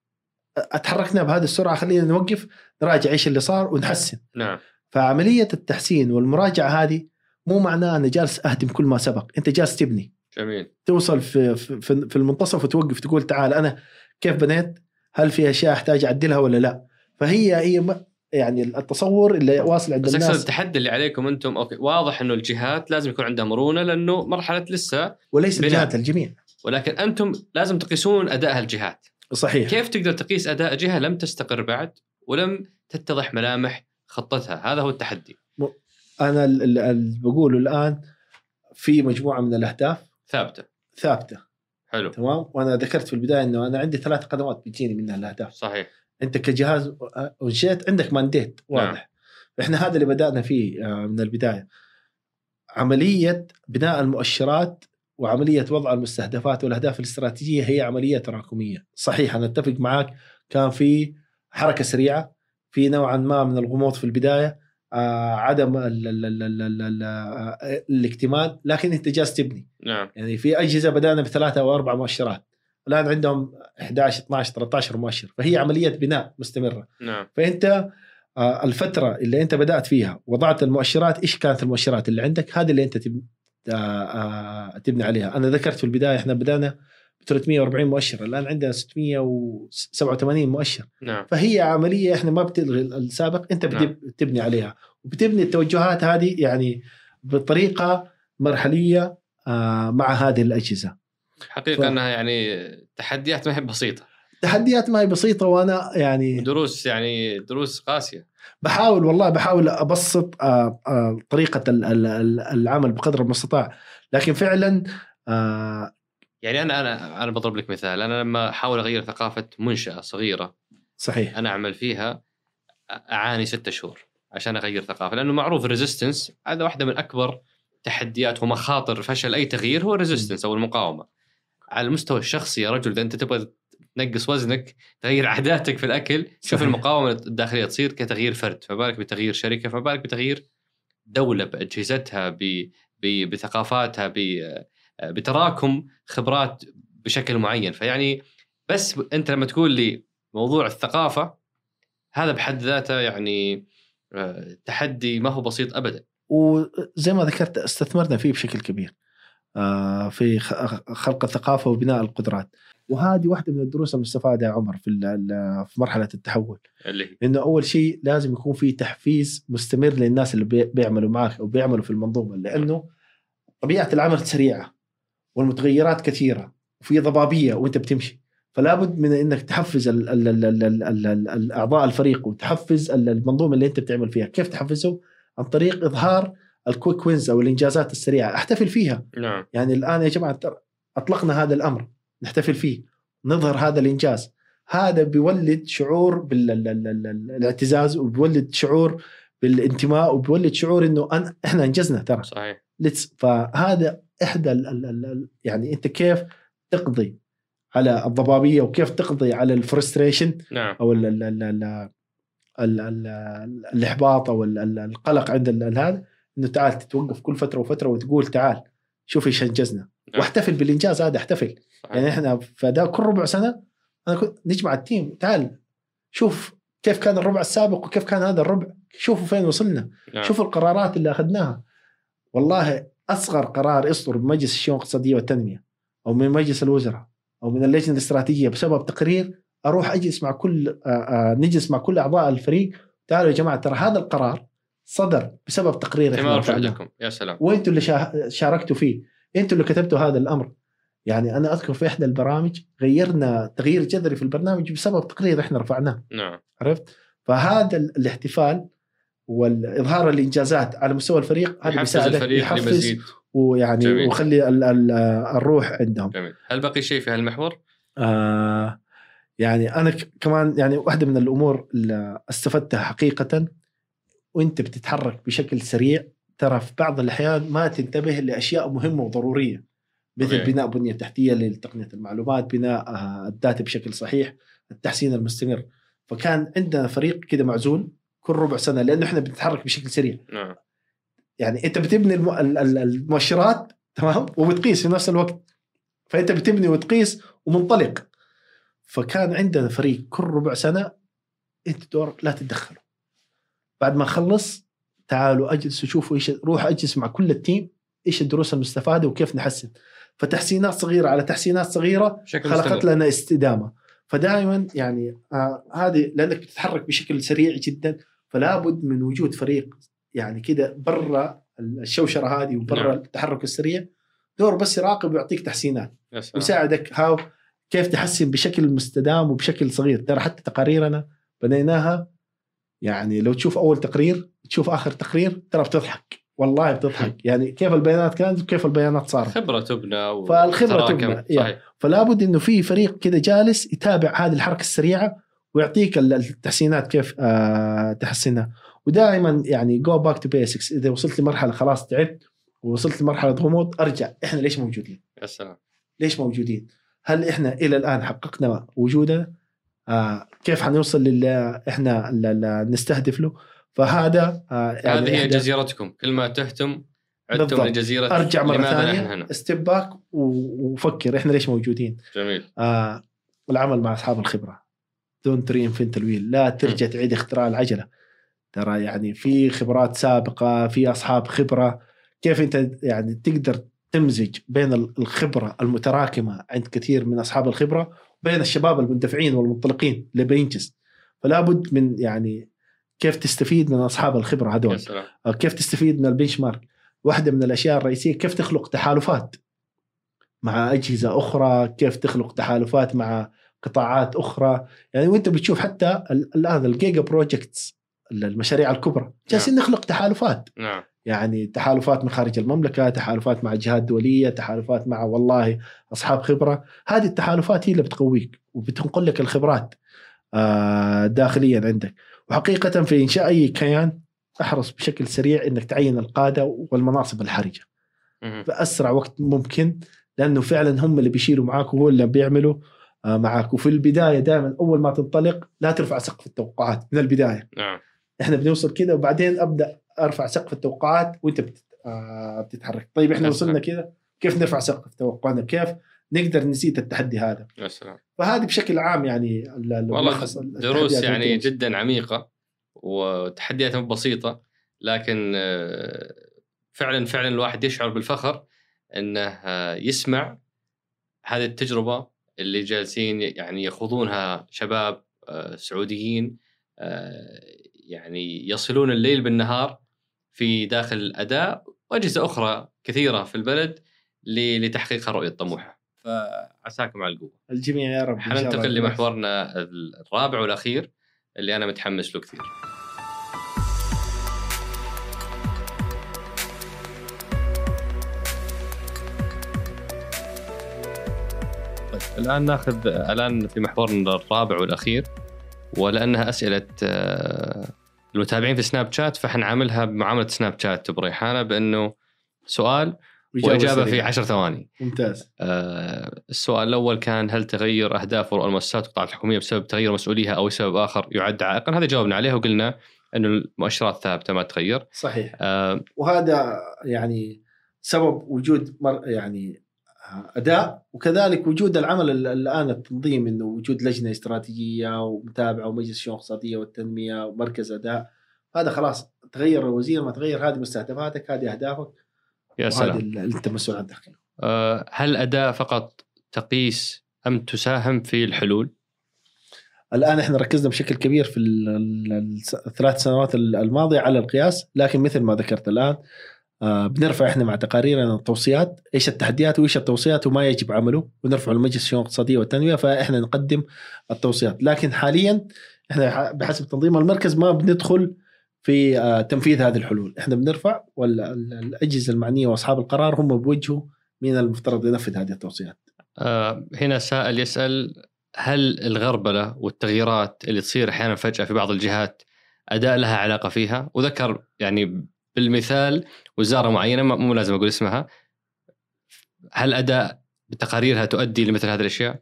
اتحركنا بهذه السرعة، خلينا نوقف نراجع إيش اللي صار ونحسن. نعم. فعملية التحسين والمراجعة هذه مو معناه أنا جالس أهدم كل ما سبق، أنت جالس تبني. جميل. توصل في المنتصف وتوقف تقول تعال أنا كيف بنيت، هل في أشياء أحتاج أعدلها ولا لا. فهي يعني التصور اللي واصل عند الناس. بس التحدي اللي عليكم أنتم أوكي، واضح إنه الجهات لازم يكون عندها مرونة لأنه مرحلة لسه وليس الجهات الجميع، ولكن أنتم لازم تقيسون أداء الجهات. صحيح. كيف تقدر تقيس أداء جهة لم تستقر بعد ولم تتضح ملامح خطتها؟ هذا هو التحدي. أنا اللي بقوله الآن في مجموعة من الأهداف ثابتة. حلو. تمام. وأنا ذكرت في البداية إنه أنا عندي 3 قنوات بتجيني منها الأهداف. صحيح. أنت كجهاز وجيت عندك مانديت واضح. نعم. إحنا هذا اللي بدأنا فيه من البداية، عملية بناء المؤشرات وعملية وضع المستهدفات والأهداف الاستراتيجية هي عملية تراكمية. صحيح أنا أتفق معك، كان في حركة سريعة، في نوعا ما من الغموض في البداية، عدم الاكتمال، لكن انت جالس تبني. نعم. يعني في اجهزه بدانا ب3 أو 4 مؤشرات، الان عندهم 11 12 13 مؤشر، فهي عمليه بناء مستمره. نعم. فانت الفتره اللي انت بدات فيها وضعت المؤشرات، ايش كانت المؤشرات اللي عندك؟ هذه اللي انت تبني عليها. انا ذكرت في البدايه احنا بدانا ب 340 مؤشر، الان عندنا 687 مؤشر. نعم. فهي عمليه احنا ما بتلغي السابق، انت بتبني عليها، وبتبني التوجهات هذه يعني بطريقه مرحليه مع هذه الاجهزه. حقيقه انها يعني تحديات ما هي بسيطه، تحديات ما هي بسيطه، وانا يعني دروس قاسيه. بحاول ابسط طريقه العمل بقدر المستطاع، لكن فعلا يعني انا بضرب لك مثال. انا لما احاول اغير ثقافه منشاه صغيره صحيح انا اعمل فيها، اعاني 6 شهور عشان اغير ثقافه، لانه معروف الريزيستنس هذا واحده من اكبر تحديات ومخاطر فشل اي تغيير، هو الريزيستنس او المقاومه. على المستوى الشخصي يا رجل، اذا انت تبغى تنقص وزنك، تغير عاداتك في الاكل، شوف المقاومه الداخليه تصير كتغيير فرد، فبالك بتغيير شركه، فبالك بتغيير دوله باجهزتها، بثقافاتها، بتراكم خبرات بشكل معين. فيعني بس انت لما تقول لي موضوع الثقافه هذا بحد ذاته يعني تحدي ما هو بسيط ابدا. وزي ما ذكرت استثمرنا فيه بشكل كبير في خلق الثقافه وبناء القدرات، وهذه واحده من الدروس المستفاده يا عمر في مرحله التحول، انه اول شيء لازم يكون في تحفيز مستمر للناس اللي بيعملوا معك او بيعملوا في المنظومه، لانه طبيعه العمل سريعه والمتغيرات كثيره وفي ضبابيه وانت بتمشي، فلا بد من انك تحفز الاعضاء الفريق وتحفز المنظومه اللي انت بتعمل فيها. كيف تحفزه؟ عن طريق اظهار الكويك وينز او الانجازات السريعه، احتفل فيها. نعم. يعني الان يا جماعه اطلقنا هذا الامر، نحتفل فيه، نظهر هذا الانجاز. هذا بيولد شعور بالاعتزاز، وبيولد شعور بالانتماء، وبيولد شعور انه احنا انجزنا ترى. صحيح. فهذا احدى يعني انت كيف تقضي على الضبابيه وكيف تقضي على الفرستريشن. نعم. او الاحباط او القلق عند هذا، انه تعال تتوقف كل فتره وفتره وتقول تعال شوف ايش انجزنا. نعم. واحتفل بالانجاز هذا، احتفل. صحيح. يعني احنا فدا كل ربع سنه انا كنت نجمع التيم، تعال شوف كيف كان الربع السابق وكيف كان هذا الربع، شوفوا فين وصلنا. نعم. شوفوا القرارات اللي اخذناها. والله اصغر قرار يصدر بمجلس الشؤون الاقتصاديه والتنميه او من مجلس الوزراء او من اللجنه الاستراتيجيه بسبب تقرير، اروح اجلس مع نجلس مع كل اعضاء الفريق، تعالوا يا جماعه ترى هذا القرار صدر بسبب تقرير احنا لكم. يا سلام. وانتوا اللي شاركتوا فيه، انتوا اللي كتبتوا هذا الامر. يعني انا اذكر في احدى البرامج غيرنا تغيير جذري في البرنامج بسبب تقرير احنا رفعناه. نعم. عرفت؟ فهذا الاحتفال والاظهار الانجازات على مستوى الفريق هذا بيساعدك يحفز ويعني جميل. وخلي الروح عندهم. جميل. هل بقي شيء في هالمحور؟ يعني انا كمان يعني واحده من الامور اللي استفدتها حقيقه، وانت بتتحرك بشكل سريع ترى في بعض الاحيان ما تنتبه لاشياء مهمه وضروريه، مثل بناء بنيه تحتيه لتقنيه المعلومات، بناء الداتا بشكل صحيح، التحسين المستمر. فكان عندنا فريق كده معزول كل ربع سنه، لانه احنا بنتحرك بشكل سريع. نعم. يعني انت بتبني المؤشرات تمام وبتقيس في نفس الوقت، فانت بتبني وتقيس ومنطلق. فكان عندنا فريق كل ربع سنه انت دور لا تتدخلوا، بعد ما خلص تعالوا اجلسوا شوفوا ايش، روح اجلس مع كل التيم ايش الدروس المستفاده وكيف نحسن. فتحسينات صغيره على تحسينات صغيره خلقت لنا استدامه. فدائما يعني هذه لانك بتتحرك بشكل سريع جدا، فلا بد من وجود فريق يعني كده برا الشوشره هذه وبرا التحرك السريع، دور بس يراقب ويعطيك تحسينات ويساعدك كيف تحسن بشكل مستدام وبشكل صغير. ترى حتى تقاريرنا بنيناها، يعني لو تشوف اول تقرير تشوف اخر تقرير ترى بتضحك، والله بتضحك. يعني كيف البيانات كانت وكيف البيانات صارت. خبره تبنى فالخبره تبنى يعني. فلا بد انه في فريق كده جالس يتابع هذه الحركه السريعه ويعطيك التحسينات كيف تحسنها. ودائما يعني go back to basics. اذا وصلت لمرحله خلاص تعبت ووصلت لمرحله غموض، ارجع احنا ليش موجودين. يا سلام. ليش موجودين؟ هل احنا الى الان حققنا وجودنا؟ كيف حنوصل للي احنا نستهدف له؟ فهذا هذه هي جزيرتكم، كل ما تهتم عدتم من جزيرة. ارجع مرة ثانية ستيب باك وفكر احنا ليش موجودين. جميل. والعمل مع اصحاب الخبرة، دون رينفنت الويل، لا ترجع تعيد اختراع العجلة. ترى يعني في خبرات سابقة، في اصحاب خبرة، كيف انت يعني تقدر تمزج بين الخبرة المتراكمة عند كثير من اصحاب الخبرة بين الشباب المندفعين والمنطلقين اللي بينجز. فلا بد من يعني كيف تستفيد من اصحاب الخبرة هذول، كيف تستفيد من البنش مارك. واحدة من الاشياء الرئيسية كيف تخلق تحالفات مع اجهزة اخرى، كيف تخلق تحالفات مع قطاعات اخرى. يعني وانت بتشوف حتى الان الجيجا بروجكتس، المشاريع الكبرى، جالسين نخلق تحالفات. نعم. يعني تحالفات من خارج المملكة، تحالفات مع جهات دولية، تحالفات مع والله أصحاب خبرة. هذه التحالفات هي اللي بتقويك وبتنقل لك الخبرات داخليا عندك. وحقيقة في إنشاء أي كيان أحرص بشكل سريع إنك تعين القادة والمناصب الحرجة بأسرع وقت ممكن، لأنه فعلا هم اللي بيشيلوا معاك وهو اللي بيعملوا معاك. وفي البداية دائما أول ما تنطلق لا ترفع سقف التوقعات من البداية. إحنا بنوصل كده وبعدين أبدأ أرفع سقف التوقعات وأنت بتتحرك. طيب إحنا وصلنا كده، كيف نرفع سقف توقعنا؟ كيف نقدر نسيت التحدي هذا؟ فهذه بشكل عام يعني والله دروس يعني جدا عميقة وتحديات بسيطة، لكن فعلا الواحد يشعر بالفخر أنه يسمع هذه التجربة اللي جالسين يعني يخوضونها شباب سعوديين، يعني يصلون الليل بالنهار في داخل الأداء وأجهزة أخرى كثيرة في البلد لتحقيق رؤية طموحة. فعساكم على القوة الجميع يا رب. حننتقل لمحورنا الرابع والأخير اللي أنا متحمس له كثير. الآن في محورنا الرابع والأخير، ولأنها أسئلة المتابعين في سناب شات فحنعاملها بمعاملة سناب شات بريحانة، بأنه سؤال وإجابة في 10 ثواني. ممتاز. السؤال الأول كان: هل تغير أهداف المؤسسات والقطاعات الحكومية بسبب تغير مسؤوليها أو سبب آخر يعد عائقا؟ هذا جاوبنا عليه وقلنا أنه المؤشرات ثابتة ما تغير. صحيح. وهذا يعني سبب وجود يعني أداء، وكذلك وجود العمل الآن التنظيم، إنه وجود لجنة استراتيجية ومتابعة ومجلس الشؤون الاقتصادية والتنمية ومركز أداء. هذا خلاص تغير الوزير ما تغير، هذه مستهدفاتك، هذه أهدافك، يا سلام، اللي أنت مسؤول عنها. هل أداء فقط تقيس أم تساهم في الحلول؟ الآن إحنا ركزنا بشكل كبير في الثلاث سنوات الماضية على القياس، لكن مثل ما ذكرت الآن بنرفع إحنا مع تقاريرنا التوصيات، إيش التحديات وإيش التوصيات وما يجب عمله، ونرفع لمجلس الشؤون الاقتصادية والتنمية، فإحنا نقدم التوصيات. لكن حاليا إحنا بحسب تنظيم المركز ما بندخل في تنفيذ هذه الحلول. إحنا بنرفع، والأجهزة المعنية وأصحاب القرار هم بوجهوا مين المفترض ينفذ هذه التوصيات. هنا سائل يسأل: هل الغربلة والتغييرات اللي تصير أحيانا فجأة في بعض الجهات أداء لها علاقة فيها؟ وذكر يعني بالمثال وزارة معينة، مو لازم أقول اسمها، هل أداء بتقاريرها تؤدي لمثل هذه الأشياء؟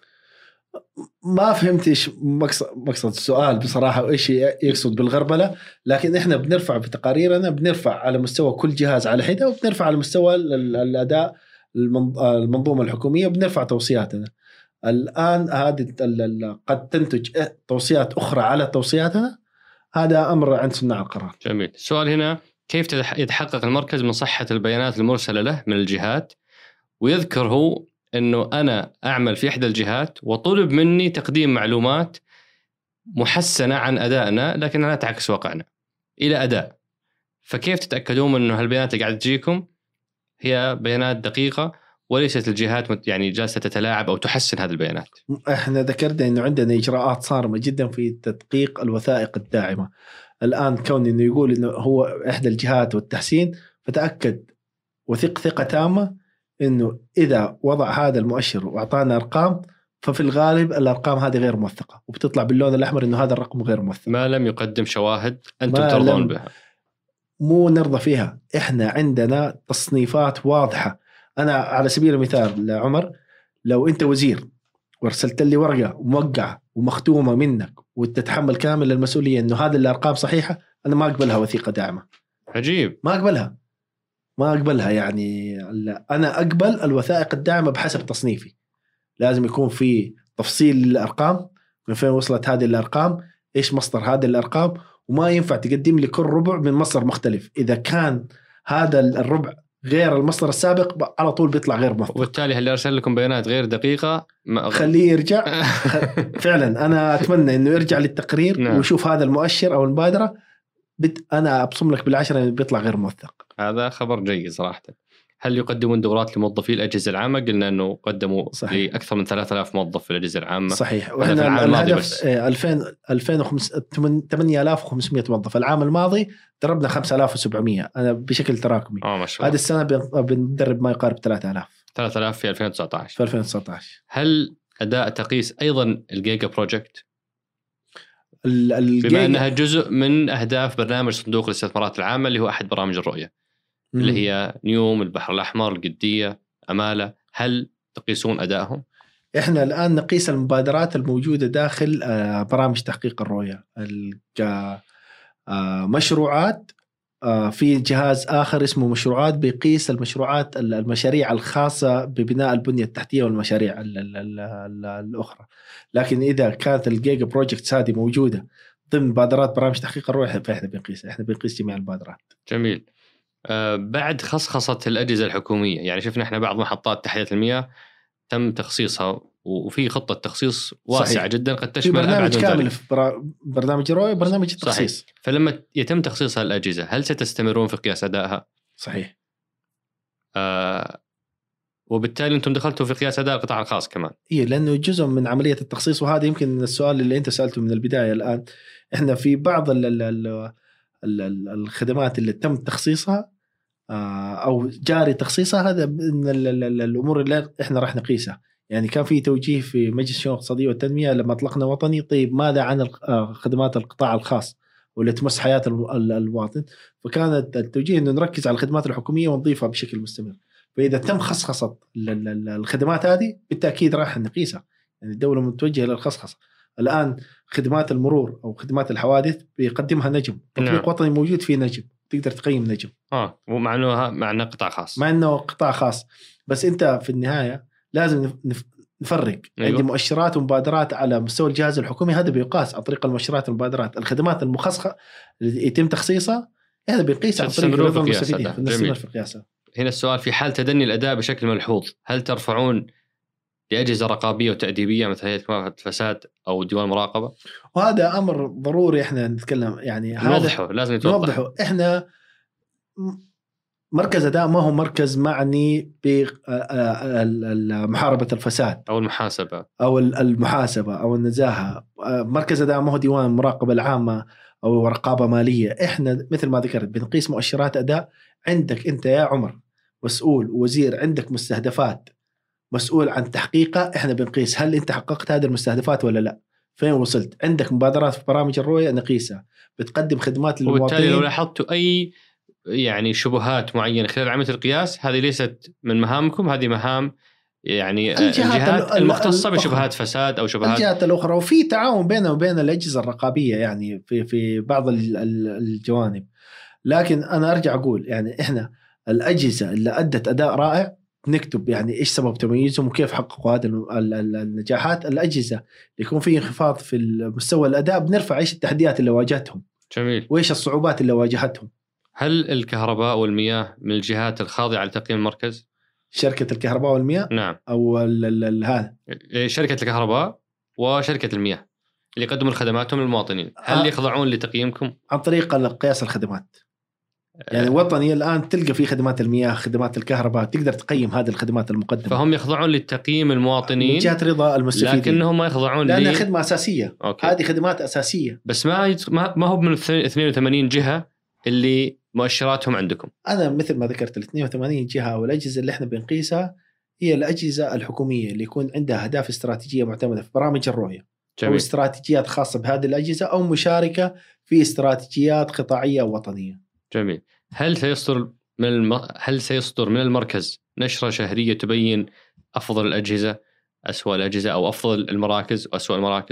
ما فهمت إيش مقصد السؤال بصراحة، وإيش يقصد بالغربلة. لكن إحنا بنرفع بتقاريرنا، بنرفع على مستوى كل جهاز على حدة، وبنرفع على مستوى الأداء المنظومة الحكومية، وبنرفع توصياتنا. الآن هذه قد تنتج توصيات أخرى على توصياتنا، هذا أمر عند صناع القرار. جميل. السؤال هنا: كيف يتحقق المركز من صحة البيانات المرسلة له من الجهات؟ ويذكر هو أنه أنا أعمل في إحدى الجهات وطلب مني تقديم معلومات محسنة عن أدائنا لكنها لا تعكس واقعنا إلى أداء، فكيف تتأكدون أنه هالبيانات اللي قاعدة تجيكم هي بيانات دقيقة وليست الجهات يعني جالسة تتلاعب أو تحسن هذه البيانات؟ احنا ذكرنا أنه عندنا إجراءات صارمة جدا في تدقيق الوثائق الداعمة. الآن كون أنه يقول أنه هو إحدى الجهات والتحسين، فتأكد وثق ثقة تامة أنه إذا وضع هذا المؤشر وأعطانا أرقام، ففي الغالب الأرقام هذه غير موثقة، وبتطلع باللون الأحمر أنه هذا الرقم غير موثق ما لم يقدم شواهد أنتم ترضون بها. مو نرضى فيها، إحنا عندنا تصنيفات واضحة. أنا على سبيل المثال لعمر، لو أنت وزير وارسلت لي ورقة موقعة ومختومة منك وتتحمل كامل المسؤولية أنه هذه الأرقام صحيحة، انا ما اقبلها وثيقه داعمه. عجيب. ما اقبلها يعني. انا اقبل الوثائق الداعمه بحسب تصنيفي. لازم يكون في تفصيل الارقام، من فين وصلت هذه الارقام، ايش مصدر هذه الارقام، وما ينفع تقدم لي كل ربع من مصدر مختلف. اذا كان هذا الربع غير المصدر السابق على طول بيطلع غير موثق. وبالتالي هل ارسل لكم بيانات غير دقيقه خليه يرجع. فعلا انا اتمنى انه يرجع للتقرير نعم. ويشوف هذا المؤشر او المبادره. انا ابصم لك بالعشرة انه بيطلع غير موثق. هذا خبر جيد صراحه. هل يقدمون دورات لموظفي الاجهزه العامه؟ قلنا انه قدموا لاكثر من 3000 موظف في الاجهزه العامه. صحيح. واحنا الهدف 8500 موظف. العام الماضي دربنا 5700 انا بشكل تراكمي. ما شاء الله. هذه السنه بندرب ما يقارب 3000 في 2019. هل اداء تقيس ايضا الجيجا بروجكت بما انها جزء من اهداف برنامج صندوق الاستثمارات العامه اللي هو احد برامج الرؤيه اللي هي نيوم، البحر الأحمر، القدية، أمالة؟ هل تقيسون أدائهم؟ إحنا الآن نقيس المبادرات الموجودة داخل برامج تحقيق الرؤية مشروعات. في جهاز آخر اسمه مشروعات بيقيس المشاريع الخاصة ببناء البنية التحتية والمشاريع الأخرى. لكن إذا كانت الجيجا بروجكتس هذه موجودة ضمن مبادرات برامج تحقيق الرؤية فإحنا بنقيس جميع المبادرات. جميل. بعد خصخصة الأجهزة الحكومية، يعني شفنا إحنا بعض محطات تحلية المياه تم تخصيصها وفي خطة تخصيص واسعة صحيح. جدا قد تشمل برنامج كامل في برنامج الرؤية، برنامج التخصيص صحيح. فلما يتم تخصيص الأجهزة هل ستستمرون في قياس أدائها؟ صحيح. وبالتالي أنتم دخلتوا في قياس أداء القطاع الخاص كمان. إيه، لأنه جزء من عملية التخصيص. وهذا يمكن السؤال اللي أنت سألته من البداية. الآن إحنا في بعض الخدمات اللي تم تخصيصها أو جاري تخصيصها، هذا من الأمور اللي إحنا راح نقيسها. يعني كان في توجيه في مجلس الشؤون الاقتصادية والتنمية لما أطلقنا وطني، طيب ماذا عن خدمات القطاع الخاص واللي تمس حياة المواطن؟ فكانت التوجيه إنه نركز على الخدمات الحكومية ونضيفها بشكل مستمر. فإذا تم خصخصة الخدمات هذه بالتأكيد راح نقيسها. يعني الدولة متوجهة للخصخصة. الآن خدمات المرور أو خدمات الحوادث بيقدمها نجم، تطبيق وطني موجود فيه نجم، تقدر تقيم نجم. ومع انه قطاع خاص، مع انه قطاع خاص، بس انت في النهايه لازم نفرق. أيوة. عندي مؤشرات ومبادرات على مستوى الجهاز الحكومي، هذا بيقاس عن طريق المؤشرات والمبادرات. الخدمات المخصصه اللي يتم تخصيصها هذا بيقيس عن طريق رضا المستفيدين. في قياسها. هنا السؤال: في حال تدني الاداء بشكل ملحوظ هل ترفعون لأجهزة رقابية وتأديبية مثل هيئة مكافحة الفساد أو ديوان مراقبة؟ وهذا أمر ضروري إحنا نتكلم يعني نوضحه، لازم نوضحه. إحنا مركز أداء ما هو مركز معني بمحاربة الفساد أو المحاسبة أو النزاهة. مركز أداء ما هو ديوان المراقبة العامة أو رقابة مالية. إحنا مثل ما ذكرت بنقيس مؤشرات أداء. عندك أنت يا عمر مسؤول وزير، عندك مستهدفات مسؤول عن تحقيقها، احنا بنقيس هل انت حققت هذه المستهدفات ولا لا، فين وصلت. عندك مبادرات في برامج الرؤية نقيسها، بتقدم خدمات للمواطنين. وبالتالي لو لاحظتوا اي يعني شبهات معينة خلال عملية القياس، هذه ليست من مهامكم، هذه مهام يعني الجهات المختصة بشبهات فساد او شبهات الجهات الاخرى. وفي تعاون بيننا وبين الاجهزة الرقابية يعني في بعض الجوانب. لكن انا ارجع اقول يعني احنا الاجهزة اللي ادت اداء رائع نكتب يعني إيش سبب تميزهم وكيف حققوا هذه النجاحات. الأجهزة يكون فيه انخفاض في مستوى الأداء بنرفع إيش التحديات اللي واجهتهم. جميل. وإيش الصعوبات اللي واجهتهم. هل الكهرباء والمياه من الجهات الخاضعة لتقييم المركز؟ شركة الكهرباء والمياه؟ نعم. أو هذا شركة الكهرباء وشركة المياه اللي يقدموا خدماتهم للمواطنين، هل يخضعون لتقييمكم؟ عن طريق قياس الخدمات. يعني وطني الآن تلقى في خدمات المياه، خدمات الكهرباء، تقدر تقيم هذه الخدمات المقدمة. فهم يخضعون للتقييم المواطنين من جهة رضا المستفيدين، لكنهم ما يخضعون لأنها خدمة أساسية. هذه خدمات أساسية. بس ما هو من 82 جهة اللي مؤشراتهم عندكم. أنا مثل ما ذكرت 82 جهة والأجهزة اللي احنا بنقيسها هي الأجهزة الحكومية اللي يكون عندها أهداف استراتيجية معتمدة في برامج الرؤية. جميل. أو استراتيجيات خاصة بهذه الأجهزة أو مشاركة في استراتيجيات قطاعية وطنية. جميل. هل سيصدر من المركز نشرة شهرية تبين أفضل الأجهزة، أسوأ الأجهزة، أو أفضل المراكز وأسوأ المراكز؟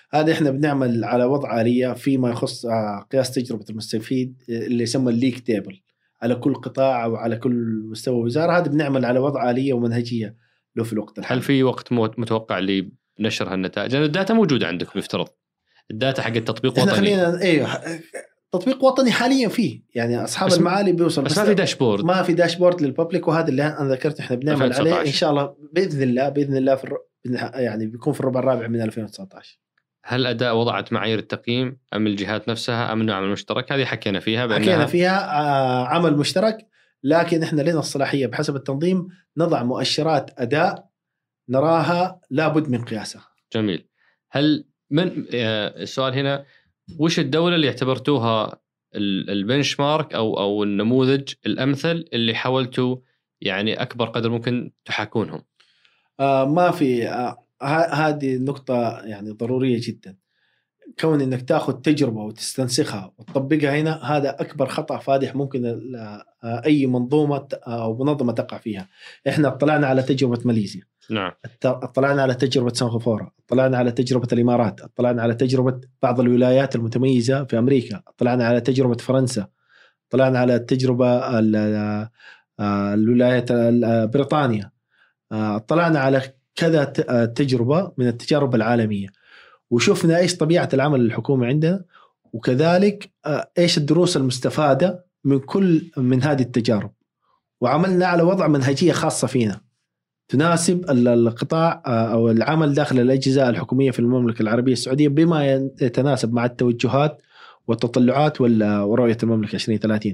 هذا احنا بنعمل على وضع آلية فيما يخص قياس تجربة المستفيد اللي يسمى الليك تيبل على كل قطاع أو على كل مستوى وزارة. هذا بنعمل على وضع آلية ومنهجية له في الوقت الحالي. هل في وقت متوقع لنشر هالنتائج؟ لأن الداتا موجودة عندكم يفترض، الداتا حق التطبيق وطني. خلينا تطبيق وطني حاليا فيه، يعني أصحاب المعالي بيوصل، بس ما في داشبورد، ما في داشبورد للببليك. وهذا اللي أنا ذكرت إحنا بنعمل عليه إن شاء الله بإذن الله يعني بيكون في الربع الرابع من 2019. هل أداء وضعت معايير التقييم أم الجهات نفسها أم النوع المشترك؟ هذه حكينا فيها عمل مشترك، لكن إحنا لنا الصلاحية بحسب التنظيم نضع مؤشرات أداء نراها لابد من قياسها. جميل. هل من السؤال هنا، وش الدولة اللي اعتبرتوها البنش مارك أو النموذج الأمثل اللي حاولتوا يعني أكبر قدر ممكن تحاكونهم؟ ما في هذه النقطة يعني ضرورية جدا. كون انك تاخذ تجربة وتستنسخها وتطبقها هنا، هذا اكبر خطأ فادح ممكن اي منظومة او منظمة تقع فيها. احنا اطلعنا على تجربة ماليزيا، نعم، اطلعنا على تجربة سنغافورة، اطلعنا على تجربة الامارات، اطلعنا على تجربة بعض الولايات المتميزة في امريكا، اطلعنا على تجربة فرنسا، اطلعنا على تجربة الولايات بريطانيا، اطلعنا على كذا تجربة من التجارب العالمية، وشوفنا إيش طبيعة العمل الحكومي عندنا، وكذلك إيش الدروس المستفادة من كل من هذه التجارب، وعملنا على وضع منهجية خاصة فينا تناسب القطاع أو العمل داخل الأجهزة الحكومية في المملكة العربية السعودية بما يتناسب مع التوجهات والتطلعات ورؤية المملكة 2030.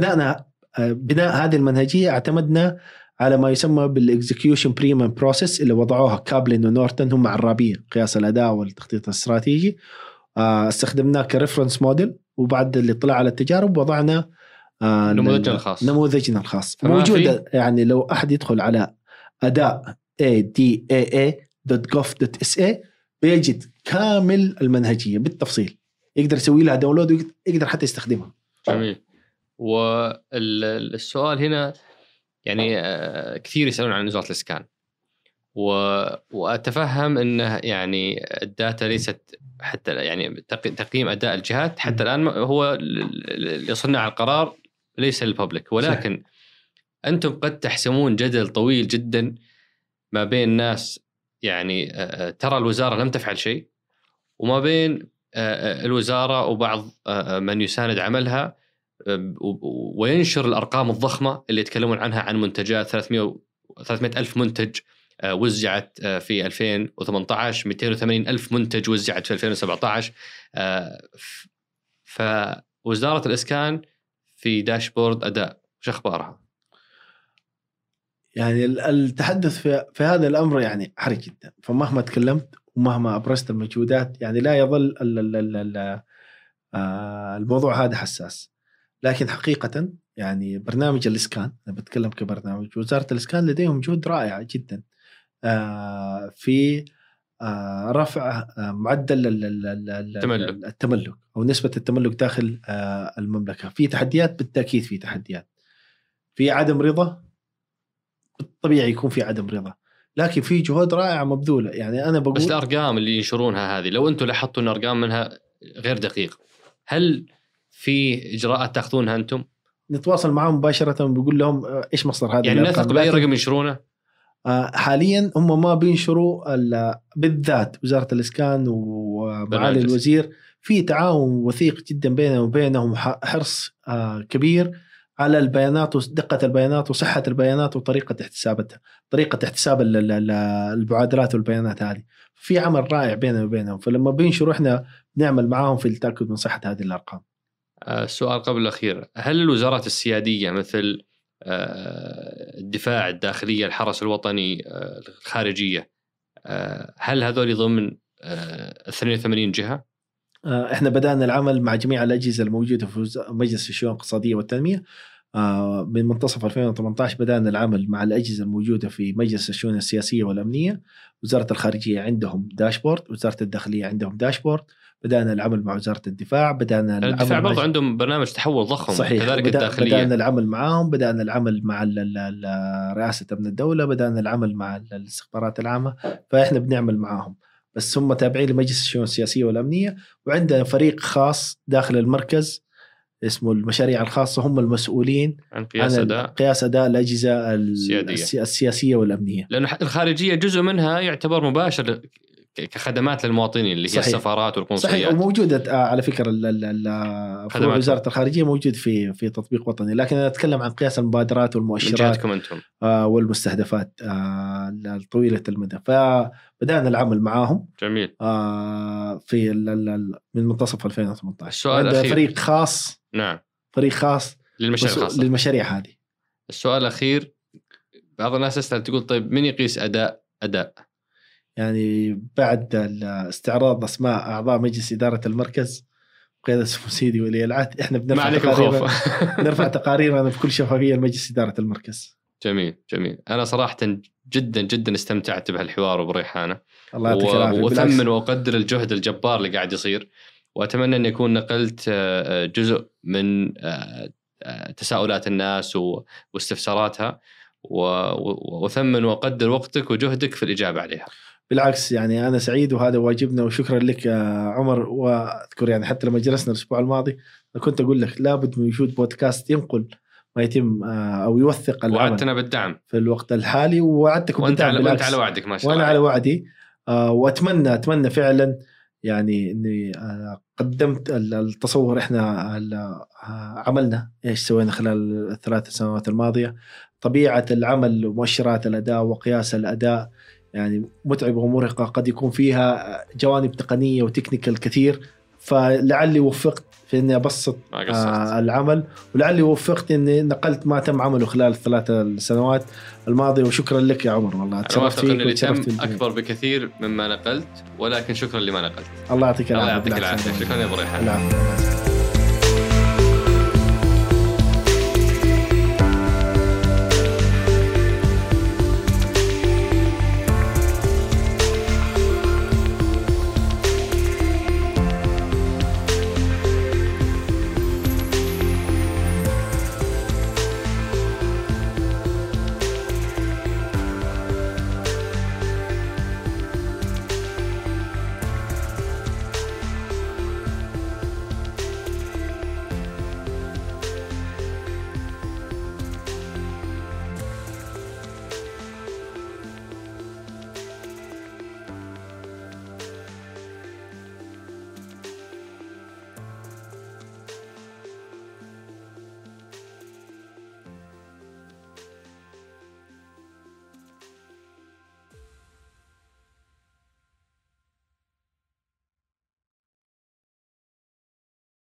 بناء هذه المنهجية اعتمدنا على ما يسمى بالإكزيكيوشن بريميوم بروسيس اللي وضعوها كابلين ونورتن، هم عرابية قياس الأداء والتخطيط الاستراتيجي. استخدمناه كريفرنس موديل، وبعد اللي طلع على التجارب وضعنا نموذجنا الخاص موجود. يعني لو أحد يدخل على أداء adaa.gov.sa بيجد كامل المنهجية بالتفصيل، يقدر يسوي لها داونلود ويقدر حتى يستخدمها. جميل. والسؤال هنا يعني كثير يسألون عن وزارة الإسكان، وأتفهم أنه يعني الداتا ليست حتى يعني تقييم أداء الجهات حتى الآن هو اللي صنع القرار ليس للببليك، ولكن صحيح. أنتم قد تحسمون جدل طويل جدا ما بين ناس يعني ترى الوزارة لم تفعل شيء، وما بين الوزارة وبعض من يساند عملها وينشر الأرقام الضخمة اللي يتكلمون عنها، عن منتجات 300 ألف منتج وزعت في 2018، 280 ألف منتج وزعت في 2017. فوزارة الإسكان في داشبورد أداء، وش أخبارها؟ يعني التحدث في هذا الأمر يعني حرج جدا، فمهما تكلمت ومهما أبرزت المجهودات يعني لا يظل الموضوع هذا حساس. لكن حقيقة يعني برنامج الإسكان، أنا بتكلم كبرنامج، وزارة الإسكان لديهم جهود رائعة جدا في رفع معدل التملك أو نسبة التملك داخل المملكة. في تحديات بالتأكيد، في تحديات، في عدم رضا، طبيعي يكون في عدم رضا، لكن في جهود رائعة مبذولة. يعني أنا بقول بس الأرقام اللي ينشرونها هذه لو أنتم لاحظتوا أن أرقام منها غير دقيقة، هل في إجراءات تأخذونها أنتم؟ نتواصل معهم مباشرة، بقول لهم إيش مصدر هذا، يعني نثق بأي رقم ينشرونه؟ حاليا هم ما بينشروا بالذات وزارة الإسكان ومعالي الوزير في تعاون وثيق جدا بيننا وبينهم، حرص كبير على البيانات ودقة البيانات وصحة البيانات وطريقة احتسابها، طريقة احتساب المعادلات والبيانات هذه. في عمل رائع بيننا وبينهم، فلما بينشروا احنا نعمل معاهم في التأكد من صحة هذه الأرقام. السؤال قبل الأخير، هل الوزارات السيادية مثل الدفاع، الداخلية، الحرس الوطني، الخارجية، هل هذول ضمن 82 جهة؟ احنا بدأنا العمل مع جميع الأجهزة الموجودة في مجلس الشؤون الاقتصادية والتنمية. من منتصف 2018 بدأنا العمل مع الأجهزة الموجودة في مجلس الشؤون السياسية والأمنية. وزارة الخارجية عندهم داشبورد، وزارة الداخلية عندهم داشبورد. بدأنا العمل مع وزارة الدفاع، الدفاع برضو عندهم برنامج تحول ضخم. صحيح. كذلك الداخلية بدأنا العمل معهم، بدأنا العمل مع رئاسة أمن الدولة، بدأنا العمل مع الاستخبارات العامة، فإحنا بنعمل معهم. بس هم تابعين لمجلس الشؤون السياسية والأمنية، وعندنا فريق خاص داخل المركز اسمه المشاريع الخاصة، هم المسؤولين عن قياس أداء الأجهزة السياسية والأمنية. لأن الخارجية جزء منها يعتبر مباشر كخدمات للمواطنين اللي هي صحيح. السفارات والقنصليات. صحيح، وموجودة على فكرة فروع وزارة الخارجية موجود في تطبيق وطني، لكن أنا أتكلم عن قياس المبادرات والمؤشرات والمستهدفات الطويلة المدى. فبدأنا العمل معهم. جميل. في من منتصف 2018. السؤال الأخير. فريق خاص. نعم. فريق خاص للمشاريع هذه. السؤال الأخير، بعض الناس تسأل تقول طيب من يقيس أداء؟ يعني بعد استعراض أسماء أعضاء مجلس إدارة المركز قيادة سيدي ولي العهد، إحنا نرفع تقاريرنا بكل شفافية لمجلس إدارة المركز. جميل. أنا صراحة جدا استمتعت بهالحوار وبريحانة. الله يعطيك العافية. وأثمن وأقدر الجهد الجبار اللي قاعد يصير، وأتمنى أن يكون نقلت جزء من تساؤلات الناس واستفساراتها، وأثمن وأقدر وقتك وجهدك في الإجابة عليها. بالعكس يعني أنا سعيد وهذا واجبنا، وشكرا لك يا عمر. وأذكر يعني حتى لما جلسنا الأسبوع الماضي كنت أقول لك لابد من وجود بودكاست ينقل ما يتم أو يوثق العمل. وعدتنا بالدعم في الوقت الحالي، ووعدتكم بالدعم. وأنت على وعدك ما شاء الله. وأنا على وعدي. وأتمنى فعلا يعني أني قدمت التصور. إحنا عملنا إيش سوينا خلال ال3 سنوات الماضية. طبيعة العمل ومؤشرات الأداء وقياس الأداء يعني متعبة ومرهقة، قد يكون فيها جوانب تقنية وتكنيكال كثير، فلعلي وفقت في أني أبسط العمل، ولعلي وفقت أني نقلت ما تم عمله خلال 3 سنوات الماضية. وشكرا لك يا عمر، والله تشرفت فيك. اللي تم أكبر بكثير مما نقلت، ولكن شكرا لما نقلت. الله يعطيك العافية. شكرا يا أبو ريحان.